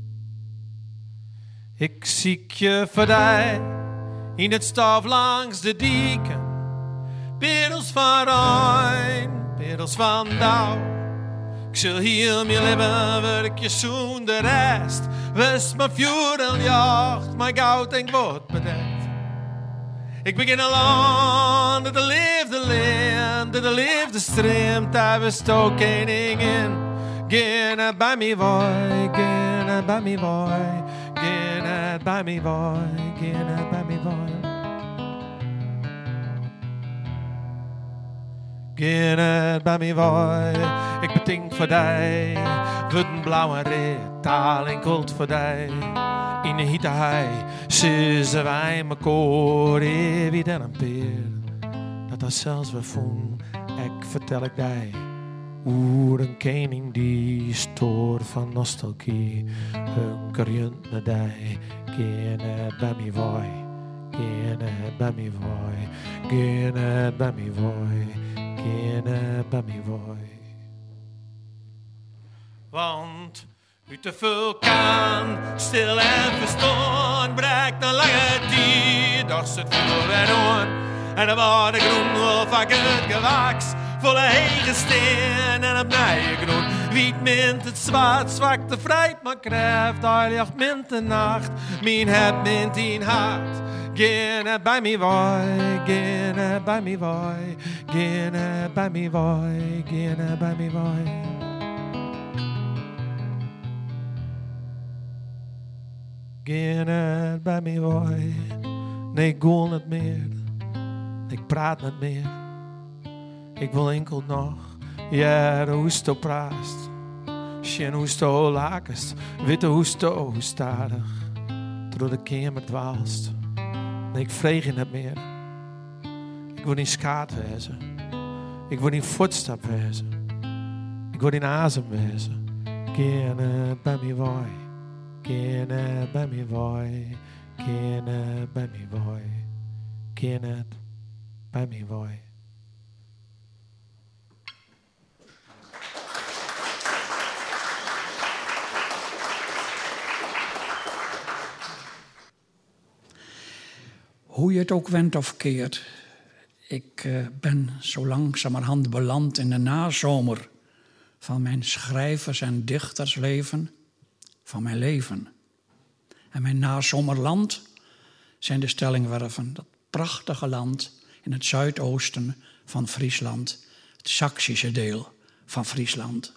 Ik zie je voorbij in het stof langs de dieken. Perels van Rijn, perels van dauw. Ik zal hier mijn leven werk je zoen de rest. Wist mijn vuurjacht, mijn goud en wordt bedekt. Ik begin een land dat de liefde leent, dat de liefde streamt, daar wist ook geen ding in. Geen bij mij waai, geen bij mij waai, geen bij mij waai, geen bij mij waai. Geen bij mij waai, ik bedink voor die, wordt een blauwe rit, taal en kult voor die. In de hitte hij, zussen wij mekaar wie dan een peer. Dat zelfs we voelen, ik vertel ik die. Oer een koning die stoort van nostalgie. Hunkerend naar die, geen bij mij waai. Geen bij mij waai. Geen bij mij waai. Geen bij mij waai. Want uit de vulkaan, stil en verstoord, breekt een lange tijd. Doch zit veel weer aan. En er wordt de groen van het gewaks. Volle hege steen en op nije groen. Wiet mint het zwart, zwak de vrijt, maar krijgt heilig mint de nacht. Mijn het mint in hart. Geen bij mij waai, geen bij mij waai. Geen bij mij waai, geen bij mij waai. Geen bij mij waai. Nee, ik wil niet meer. Ik praat niet meer. Ik wil enkel nog, ja, de hoesto praast. Geen hoesto lakest, witte hoesto hoestadig. Door de kamer dwaalst. Nee, ik vreeg je niet meer. Ik wil niet skaat wezen. Ik wil niet voetstap wezen. Ik wil niet azem wezen. Geen bij mij waai. Geen bij mij waai. Geen bij mij waai. Geen bij mij waai. Hoe je het ook wendt of keert, ik ben zo langzamerhand beland in de nazomer van mijn schrijvers- en dichtersleven, van mijn leven. En mijn nazomerland zijn de Stellingwerven, dat prachtige land in het zuidoosten van Friesland, het Saksische deel van Friesland.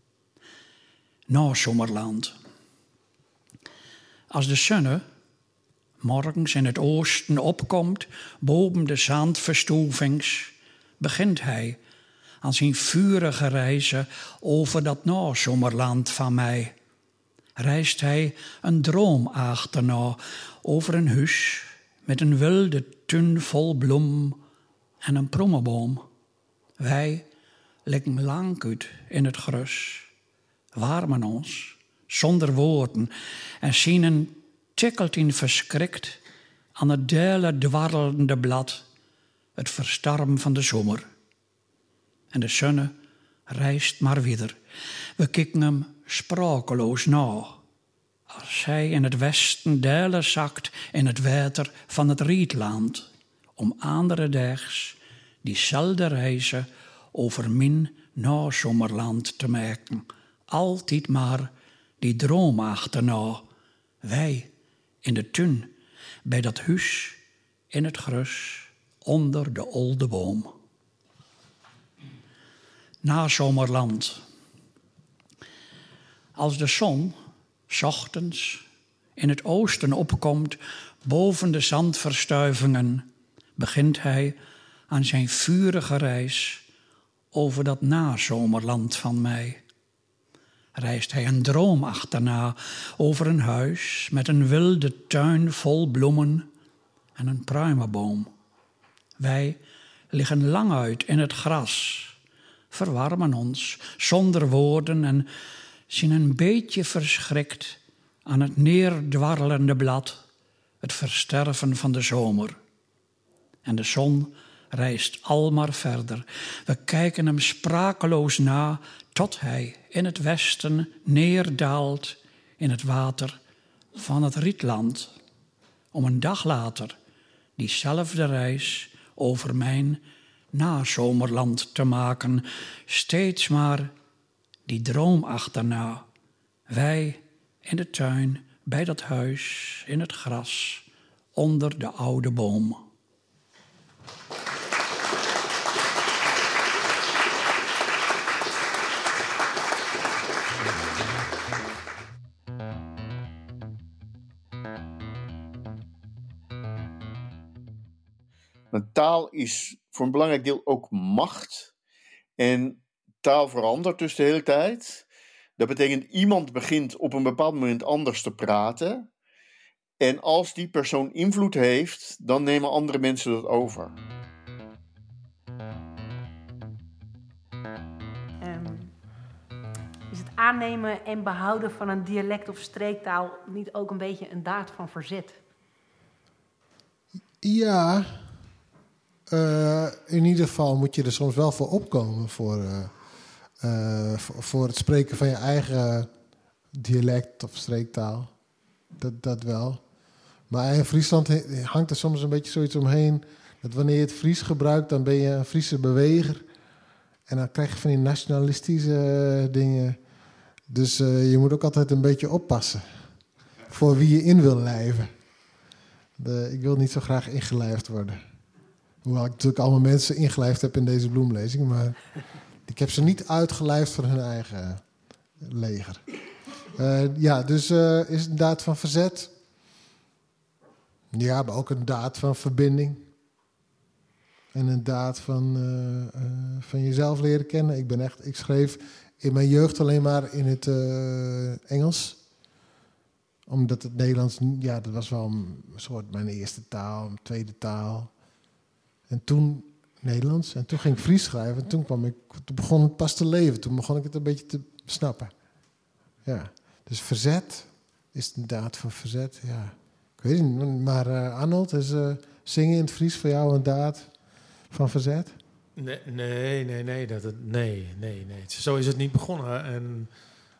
Nazomerland. Als de zonne morgens in het oosten opkomt, boven de zandverstoevings, begint hij aan zijn vurige reizen over dat nazomerland van mij. Reist hij een droom achterna over een huis met een wilde tuin vol bloem en een prommeboom. Wij liggen lang uit in het grus, warmen ons zonder woorden en zien een tikkeltien verschrikt aan het delen dwarrelende blad, het verstarm van de zomer. En de zonne reist maar weer. We kijken hem sprakeloos na, als hij in het westen delen zakt in het water van het Rietland, om andere dags diezelfde reizen over mijn nazomerland te maken. Altijd maar die droom achterna. Wij in de tuin, bij dat huis, in het grus, onder de oude boom. Nazomerland. Als de zon, 's ochtends, in het oosten opkomt, boven de zandverstuivingen, begint hij aan zijn vurige reis over dat nazomerland van mij. Reist hij een droom achterna over een huis met een wilde tuin vol bloemen en een pruimenboom. Wij liggen lang uit in het gras, verwarmen ons zonder woorden en zien een beetje verschrikt aan het neerdwarrelende blad, het versterven van de zomer. En de zon reist al maar verder. We kijken hem sprakeloos na tot hij in het westen neerdaalt in het water van het Rietland, om een dag later diezelfde reis over mijn nazomerland te maken, steeds maar die droom achterna. Wij in de tuin, bij dat huis, in het gras, onder de oude boom. Maar taal is voor een belangrijk deel ook macht. En taal verandert dus de hele tijd. Dat betekent, iemand begint op een bepaald moment anders te praten. En als die persoon invloed heeft, dan nemen andere mensen dat over. aannemen en behouden van een dialect of streektaal niet ook een beetje een daad van verzet? Ja, in ieder geval moet je er soms wel voor opkomen voor het spreken van je eigen dialect of streektaal. Dat wel. Maar in Friesland hangt er soms een beetje zoiets omheen, dat wanneer je het Fries gebruikt, dan ben je een Friese beweger. En dan krijg je van die nationalistische dingen. Dus je moet ook altijd een beetje oppassen voor wie je in wil lijven. Ik wil niet zo graag ingelijfd worden. Hoewel ik natuurlijk allemaal mensen ingelijfd heb in deze bloemlezing. Maar ik heb ze niet uitgelijfd voor hun eigen leger. Dus is het een daad van verzet? Ja, maar ook een daad van verbinding. En een daad van jezelf leren kennen. Ik schreef in mijn jeugd alleen maar in het Engels. Omdat het Nederlands, ja, dat was wel een soort mijn eerste taal, mijn tweede taal. En toen Nederlands. En toen ging ik Fries schrijven. En toen begon het pas te leven. Toen begon ik het een beetje te snappen. Ja. Dus verzet is een daad van verzet, ja. Ik weet het niet, maar Arnold, is zingen in het Fries voor jou een daad van verzet? Nee. Zo is het niet begonnen. En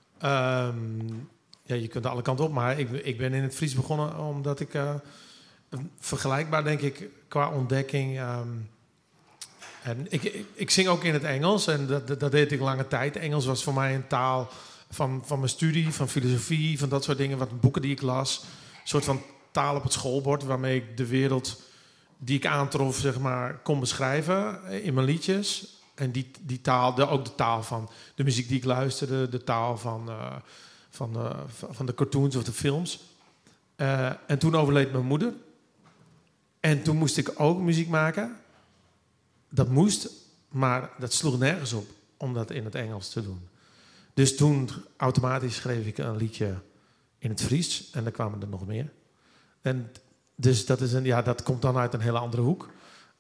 je kunt alle kanten op, maar ik ben in het Fries begonnen omdat ik vergelijkbaar, denk ik, qua ontdekking. En ik zing ook in het Engels en dat deed ik lange tijd. Engels was voor mij een taal van mijn studie, van filosofie, van dat soort dingen, wat boeken die ik las. Een soort van taal op het schoolbord waarmee ik de wereld die ik aantrof, zeg maar, kon beschrijven in mijn liedjes. En die taal, ook de taal van de muziek die ik luisterde, de taal van de cartoons of de films. En toen overleed mijn moeder. En toen moest ik ook muziek maken. Dat moest, maar dat sloeg nergens op om dat in het Engels te doen. Dus toen automatisch schreef ik een liedje in het Fries. En dan kwamen er nog meer. En dus dat komt dan uit een hele andere hoek.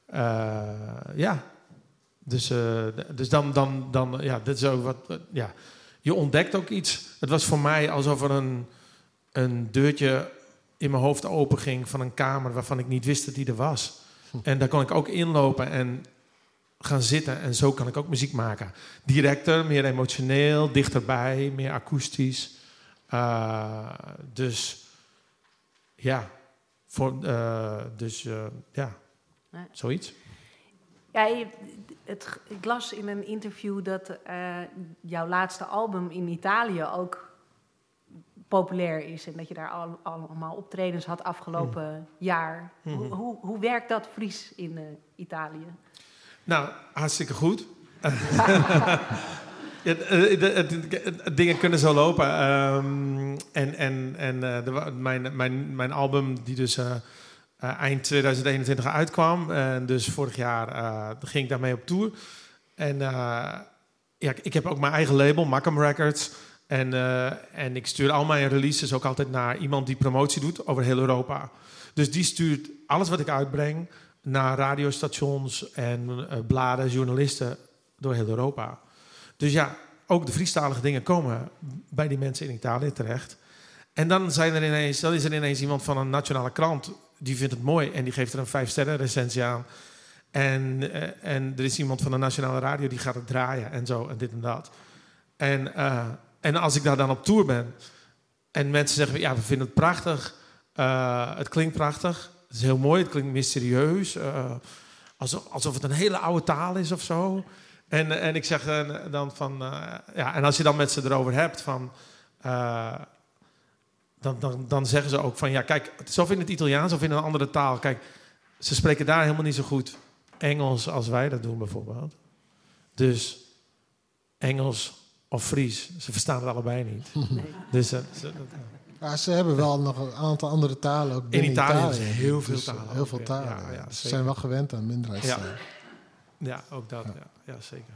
Dus dan dit is ook wat. Ja. Je ontdekt ook iets. Het was voor mij alsof er een deurtje in mijn hoofd open ging van een kamer waarvan ik niet wist dat die er was. En daar kon ik ook inlopen en gaan zitten. En zo kan ik ook muziek maken. Directer, meer emotioneel, dichterbij, meer akoestisch. Zoiets. Ja, ik las in een interview dat jouw laatste album in Italië ook populair is. En dat je daar allemaal optredens had afgelopen jaar. Hoe werkt dat Fries in Italië? Nou, hartstikke goed. Dingen kunnen zo lopen. Mijn album die dus eind 2021 uitkwam. En dus vorig jaar ging ik daarmee op tour. En ik heb ook mijn eigen label, Macam Records. En ik stuur al mijn releases ook altijd naar iemand die promotie doet over heel Europa. Dus die stuurt alles wat ik uitbreng naar radiostations en bladen, journalisten door heel Europa. Dus ja, ook de Friestalige dingen komen bij die mensen in Italië terecht. En dan is er ineens iemand van een nationale krant die vindt het mooi en die geeft er een 5-sterren recensie aan. En er is iemand van de nationale radio die gaat het draaien en zo en dit en dat. En als ik daar dan op tour ben en mensen zeggen, ja, we vinden het prachtig, het klinkt prachtig, het is heel mooi, het klinkt mysterieus, alsof het een hele oude taal is of zo. En ik zeg dan van, en als je dan met ze erover hebt van, dan zeggen ze ook van, ja, kijk, het is of in het Italiaans of in een andere taal. Kijk, ze spreken daar helemaal niet zo goed Engels als wij dat doen bijvoorbeeld. Dus Engels of Fries, ze verstaan het allebei niet. Nee. Dus, ze hebben wel nog een aantal andere talen ook binnen in Italië. Italië. Heel veel dus, talen. Heel veel talen. Ja, ze zijn wel gewend aan minderheidstalen. Ja, ook dat. Ja, zeker.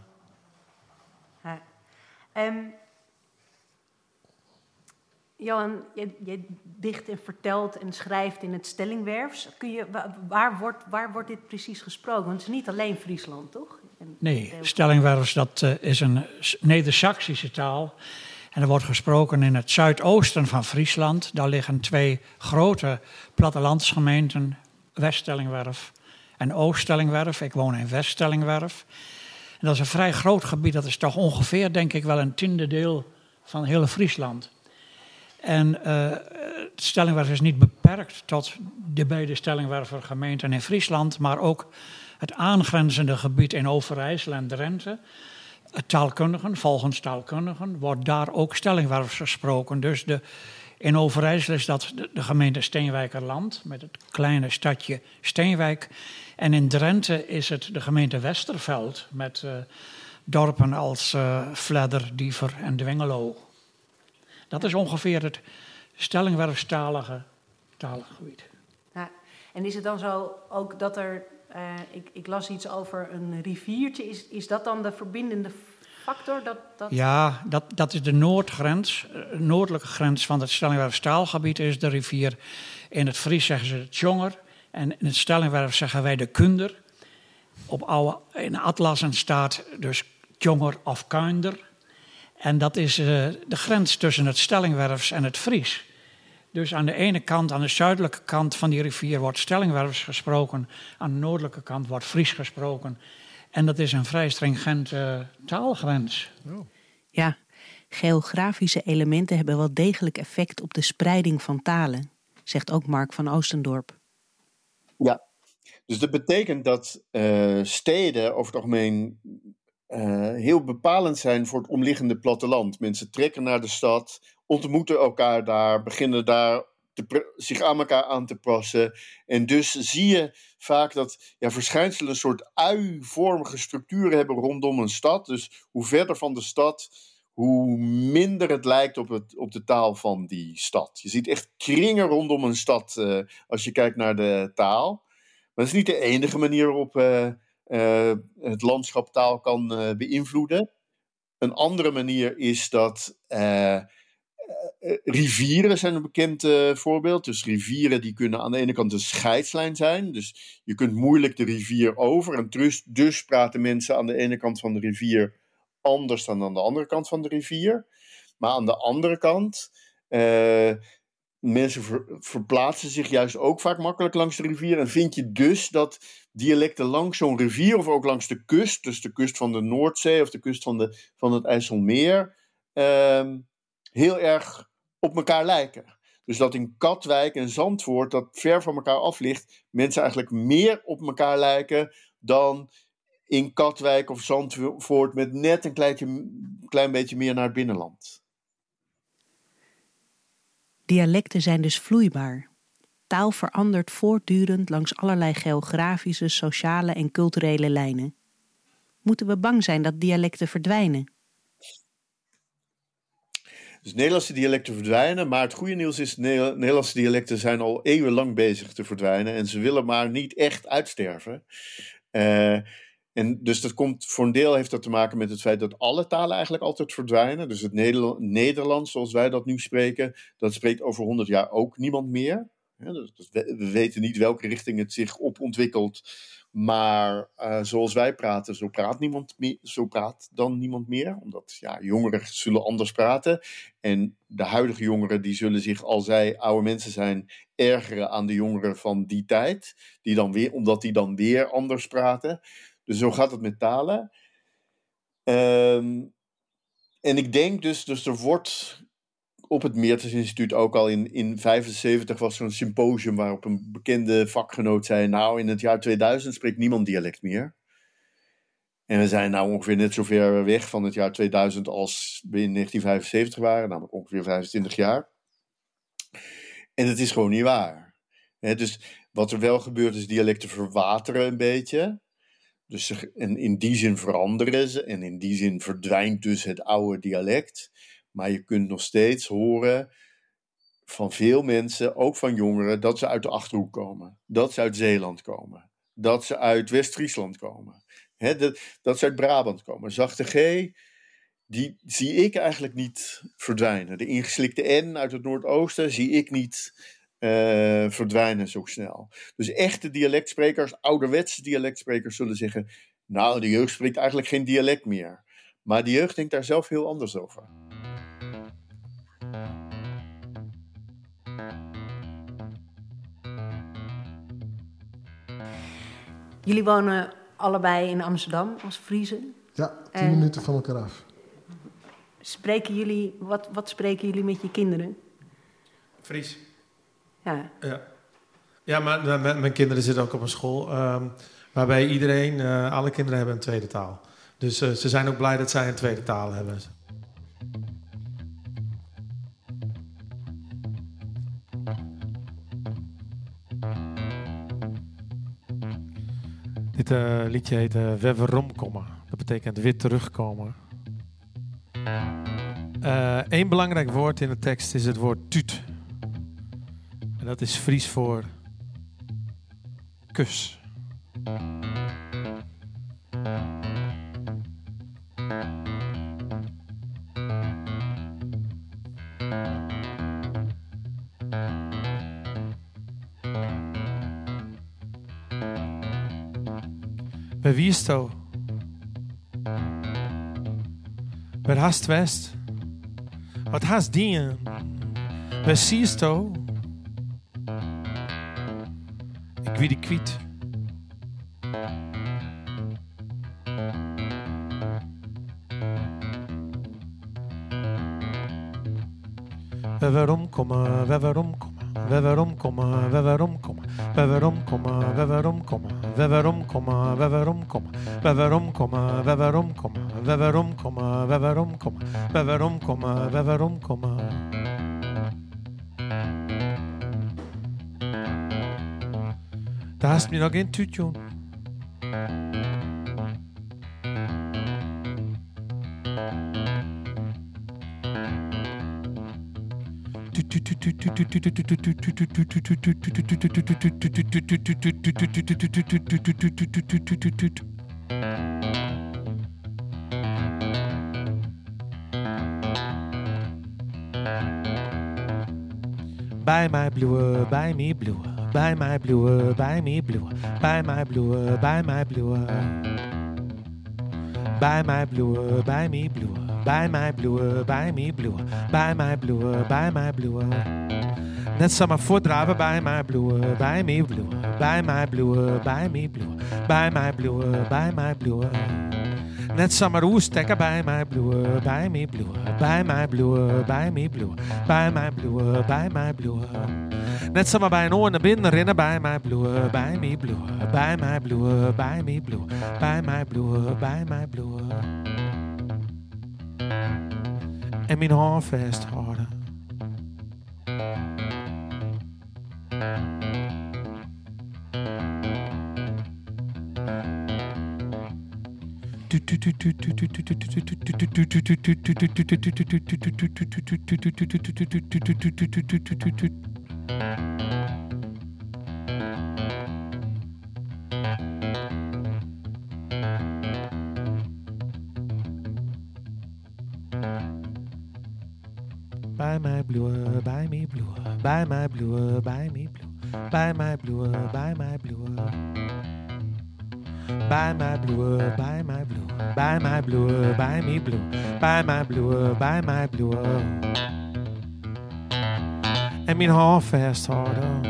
Johan, je dicht en vertelt en schrijft in het Stellingwerfs. Waar wordt dit precies gesproken? Want het is niet alleen Friesland, toch? Nee, Stellingwerfs, dat is een Neder-Saxische taal. En er wordt gesproken in het zuidoosten van Friesland. Daar liggen 2 grote plattelandsgemeenten, West-Stellingwerf en Oost-Stellingwerf. Ik woon in West-Stellingwerf. En dat is een vrij groot gebied. Dat is toch ongeveer, denk ik, wel een 10e deel van heel Friesland. En Stellingwerf is niet beperkt tot de beide Stellingwerfer gemeenten in Friesland, maar ook het aangrenzende gebied in Overijssel en Drenthe. Taalkundigen, volgens taalkundigen, wordt daar ook Stellingwerfs gesproken. Dus in Overijssel is dat de gemeente Steenwijkerland met het kleine stadje Steenwijk. En in Drenthe is het de gemeente Westerveld met dorpen als Vledder, Diever en Dwingelo. Dat is ongeveer het Stellingwerfstalige gebied. Ja, en is het dan zo ook dat er... Ik las iets over een riviertje. Is dat dan de verbindende factor? Ja, dat is de noordgrens. De noordelijke grens van het Stellingwerfstaalgebied is de rivier. In het Fries zeggen ze de Tjonger. En in het Stellingwerf zeggen wij de Kunder. In atlassen staat dus Tjonger of Kuinder. En dat is de grens tussen het Stellingwerfs en het Fries. Dus aan de ene kant, aan de zuidelijke kant van die rivier wordt Stellingwerfs gesproken. Aan de noordelijke kant wordt Fries gesproken. En dat is een vrij stringente taalgrens. Oh. Ja, geografische elementen hebben wel degelijk effect op de spreiding van talen, zegt ook Mark van Oostendorp. Ja, dus dat betekent dat steden over het algemeen heel bepalend zijn voor het omliggende platteland. Mensen trekken naar de stad, ontmoeten elkaar daar, beginnen daar zich aan elkaar aan te passen. En dus zie je vaak dat verschijnselen een soort ui-vormige structuren hebben rondom een stad. Dus hoe verder van de stad, hoe minder het lijkt op de taal van die stad. Je ziet echt kringen rondom een stad als je kijkt naar de taal. Maar dat is niet de enige manier waarop het landschap taal kan beïnvloeden. Een andere manier is dat rivieren zijn een bekend voorbeeld. Dus rivieren die kunnen aan de ene kant een scheidslijn zijn. Dus je kunt moeilijk de rivier over. En dus praten mensen aan de ene kant van de rivier anders dan aan de andere kant van de rivier. Maar aan de andere kant, mensen verplaatsen zich juist ook vaak makkelijk langs de rivier. En vind je dus dat dialecten langs zo'n rivier of ook langs de kust, dus de kust van de Noordzee of de kust van het IJsselmeer, heel erg op elkaar lijken. Dus dat in Katwijk en Zandvoort, dat ver van elkaar af ligt, mensen eigenlijk meer op elkaar lijken dan in Katwijk of Zandvoort met net een klein beetje meer naar het binnenland. Dialecten zijn dus vloeibaar. Taal verandert voortdurend langs allerlei geografische, sociale en culturele lijnen. Moeten we bang zijn dat dialecten verdwijnen? Dus Nederlandse dialecten verdwijnen, maar het goede nieuws is, Nederlandse dialecten zijn al eeuwenlang bezig te verdwijnen en ze willen maar niet echt uitsterven. En dus dat komt, voor een deel heeft dat te maken met het feit dat alle talen eigenlijk altijd verdwijnen. Dus het Nederlands, zoals wij dat nu spreken, dat spreekt over 100 jaar ook niemand meer. We weten niet welke richting het zich op ontwikkelt. Maar zoals wij praten, zo praat dan niemand meer. Omdat jongeren zullen anders praten. En de huidige jongeren die zullen zich, als zij oude mensen zijn, ergeren aan de jongeren van die tijd. Omdat die dan weer anders praten. Dus zo gaat het met talen. En ik denk dus er wordt op het Meertens Instituut ook al in 1975 was er een symposium waarop een bekende vakgenoot zei, nou in het jaar 2000 spreekt niemand dialect meer. En we zijn nou ongeveer net zo ver weg van het jaar 2000 als we in 1975 waren, namelijk ongeveer 25 jaar. En het is gewoon niet waar. Dus wat er wel gebeurt is dialecten verwateren een beetje. En in die zin veranderen ze en in die zin verdwijnt dus het oude dialect. Maar je kunt nog steeds horen van veel mensen, ook van jongeren, dat ze uit de Achterhoek komen. Dat ze uit Zeeland komen. Dat ze uit West-Friesland komen. Dat ze uit Brabant komen. Zachte G, die zie ik eigenlijk niet verdwijnen. De ingeslikte N uit het Noordoosten zie ik niet verdwijnen zo snel. Dus echte dialectsprekers, ouderwetse dialectsprekers zullen zeggen, nou, de jeugd spreekt eigenlijk geen dialect meer. Maar de jeugd denkt daar zelf heel anders over. Jullie wonen allebei in Amsterdam als Friezen. Ja, 10 minuten van elkaar af. Spreken jullie, wat spreken jullie met je kinderen? Fries. Ja. Ja, maar mijn kinderen zitten ook op een school waarbij iedereen, alle kinderen hebben een tweede taal. Dus ze zijn ook blij dat zij een tweede taal hebben. Dit liedje heet We Werom komen. Dat betekent weer terugkomen. Eén belangrijk woord in de tekst is het woord tuut. En dat is Fries voor kus. Bij wie is to? Waar hast west? Wat hast dien? Waar siehst to? Ik wie die kwiet. We waarom komen, we waarom komen. We waarom komen, we waarom komen. We waarom komen, we waarom komen. We waarom komen, we waarom komen. We waarom komen, we waarom komen. We waarom komen, we waarom komen. We waarom komen, we waarom komen. Daar is me nog geen tuutje. Bij mij bloeien, bij mij bloeien. Bij mij bloeien, bij mij bloeien. Bij mij bloeien, bij mij bloeien. Bij mij bloeien, bij mij bloeien. Bij mij bloeien, bij mij bloeien. Bij mij bloeien, bij mij bloeien. Net zomaar voordraven bij mij bloeien, bij mij bloeien. Bij mij bloeien, bij mij bloeien. Bij mij bloeien, bij mij bloeien. Net zomaar oestekken bij mij bloeien, bij mij bloeien. Bij mij bloeien, bij mij bloeien. Bij mij bloeien, bij mij bloeien. Net zomaar bij een oor naar binnen rennen bij mij bloeien, bij mij bloeien. Bij mij bloeien, bij mij bloeien. Bij mij bloeien, bij mij bloeien. En mijn hand vasthouden. Bij mij bloeien, bij mij bloeien. Bij mij bloeien, bij mij bloeien. Bij mij bloeien, bij mij bloeien. Bij mij bloeien, bij mij bloeien. Bij mij bloeien, bij mij bloeien. Bij mij bloeien, bij mij bloeien. En mijn hand vasthouden.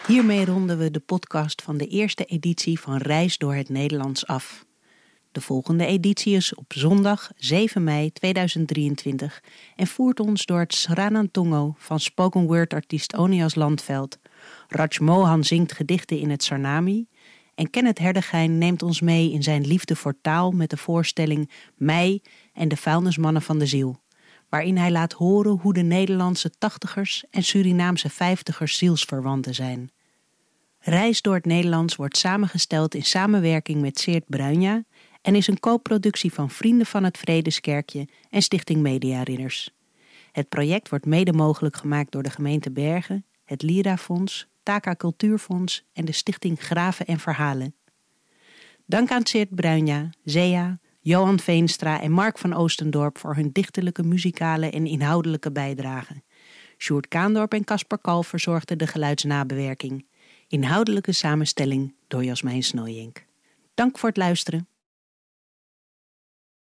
Hiermee ronden we de podcast van de eerste editie van Reis door het Nederlands af. De volgende editie is op zondag 7 mei 2023 en voert ons door het Sranantongo van spoken word artiest Onias Landveld. Raj Mohan zingt gedichten in het Sarnami en Kenneth Herdegijn neemt ons mee in zijn liefde voor taal met de voorstelling Mij en de vuilnismannen van de ziel, waarin hij laat horen hoe de Nederlandse 80ers en Surinaamse 50ers zielsverwanten zijn. Reis door het Nederlands wordt samengesteld in samenwerking met Seert Bruinja en is een co-productie van Vrienden van het Vredeskerkje en Stichting Mediaridders. Het project wordt mede mogelijk gemaakt door de gemeente Bergen, het Lira-fonds, Taka Cultuurfonds en de Stichting Graven en Verhalen. Dank aan Seert Bruinja, Zea, Johan Veenstra en Mark van Oostendorp voor hun dichterlijke, muzikale en inhoudelijke bijdrage. Sjoerd Kaandorp en Casper Kal verzorgden de geluidsnabewerking. Inhoudelijke samenstelling door Jasmijn Snooyink. Dank voor het luisteren.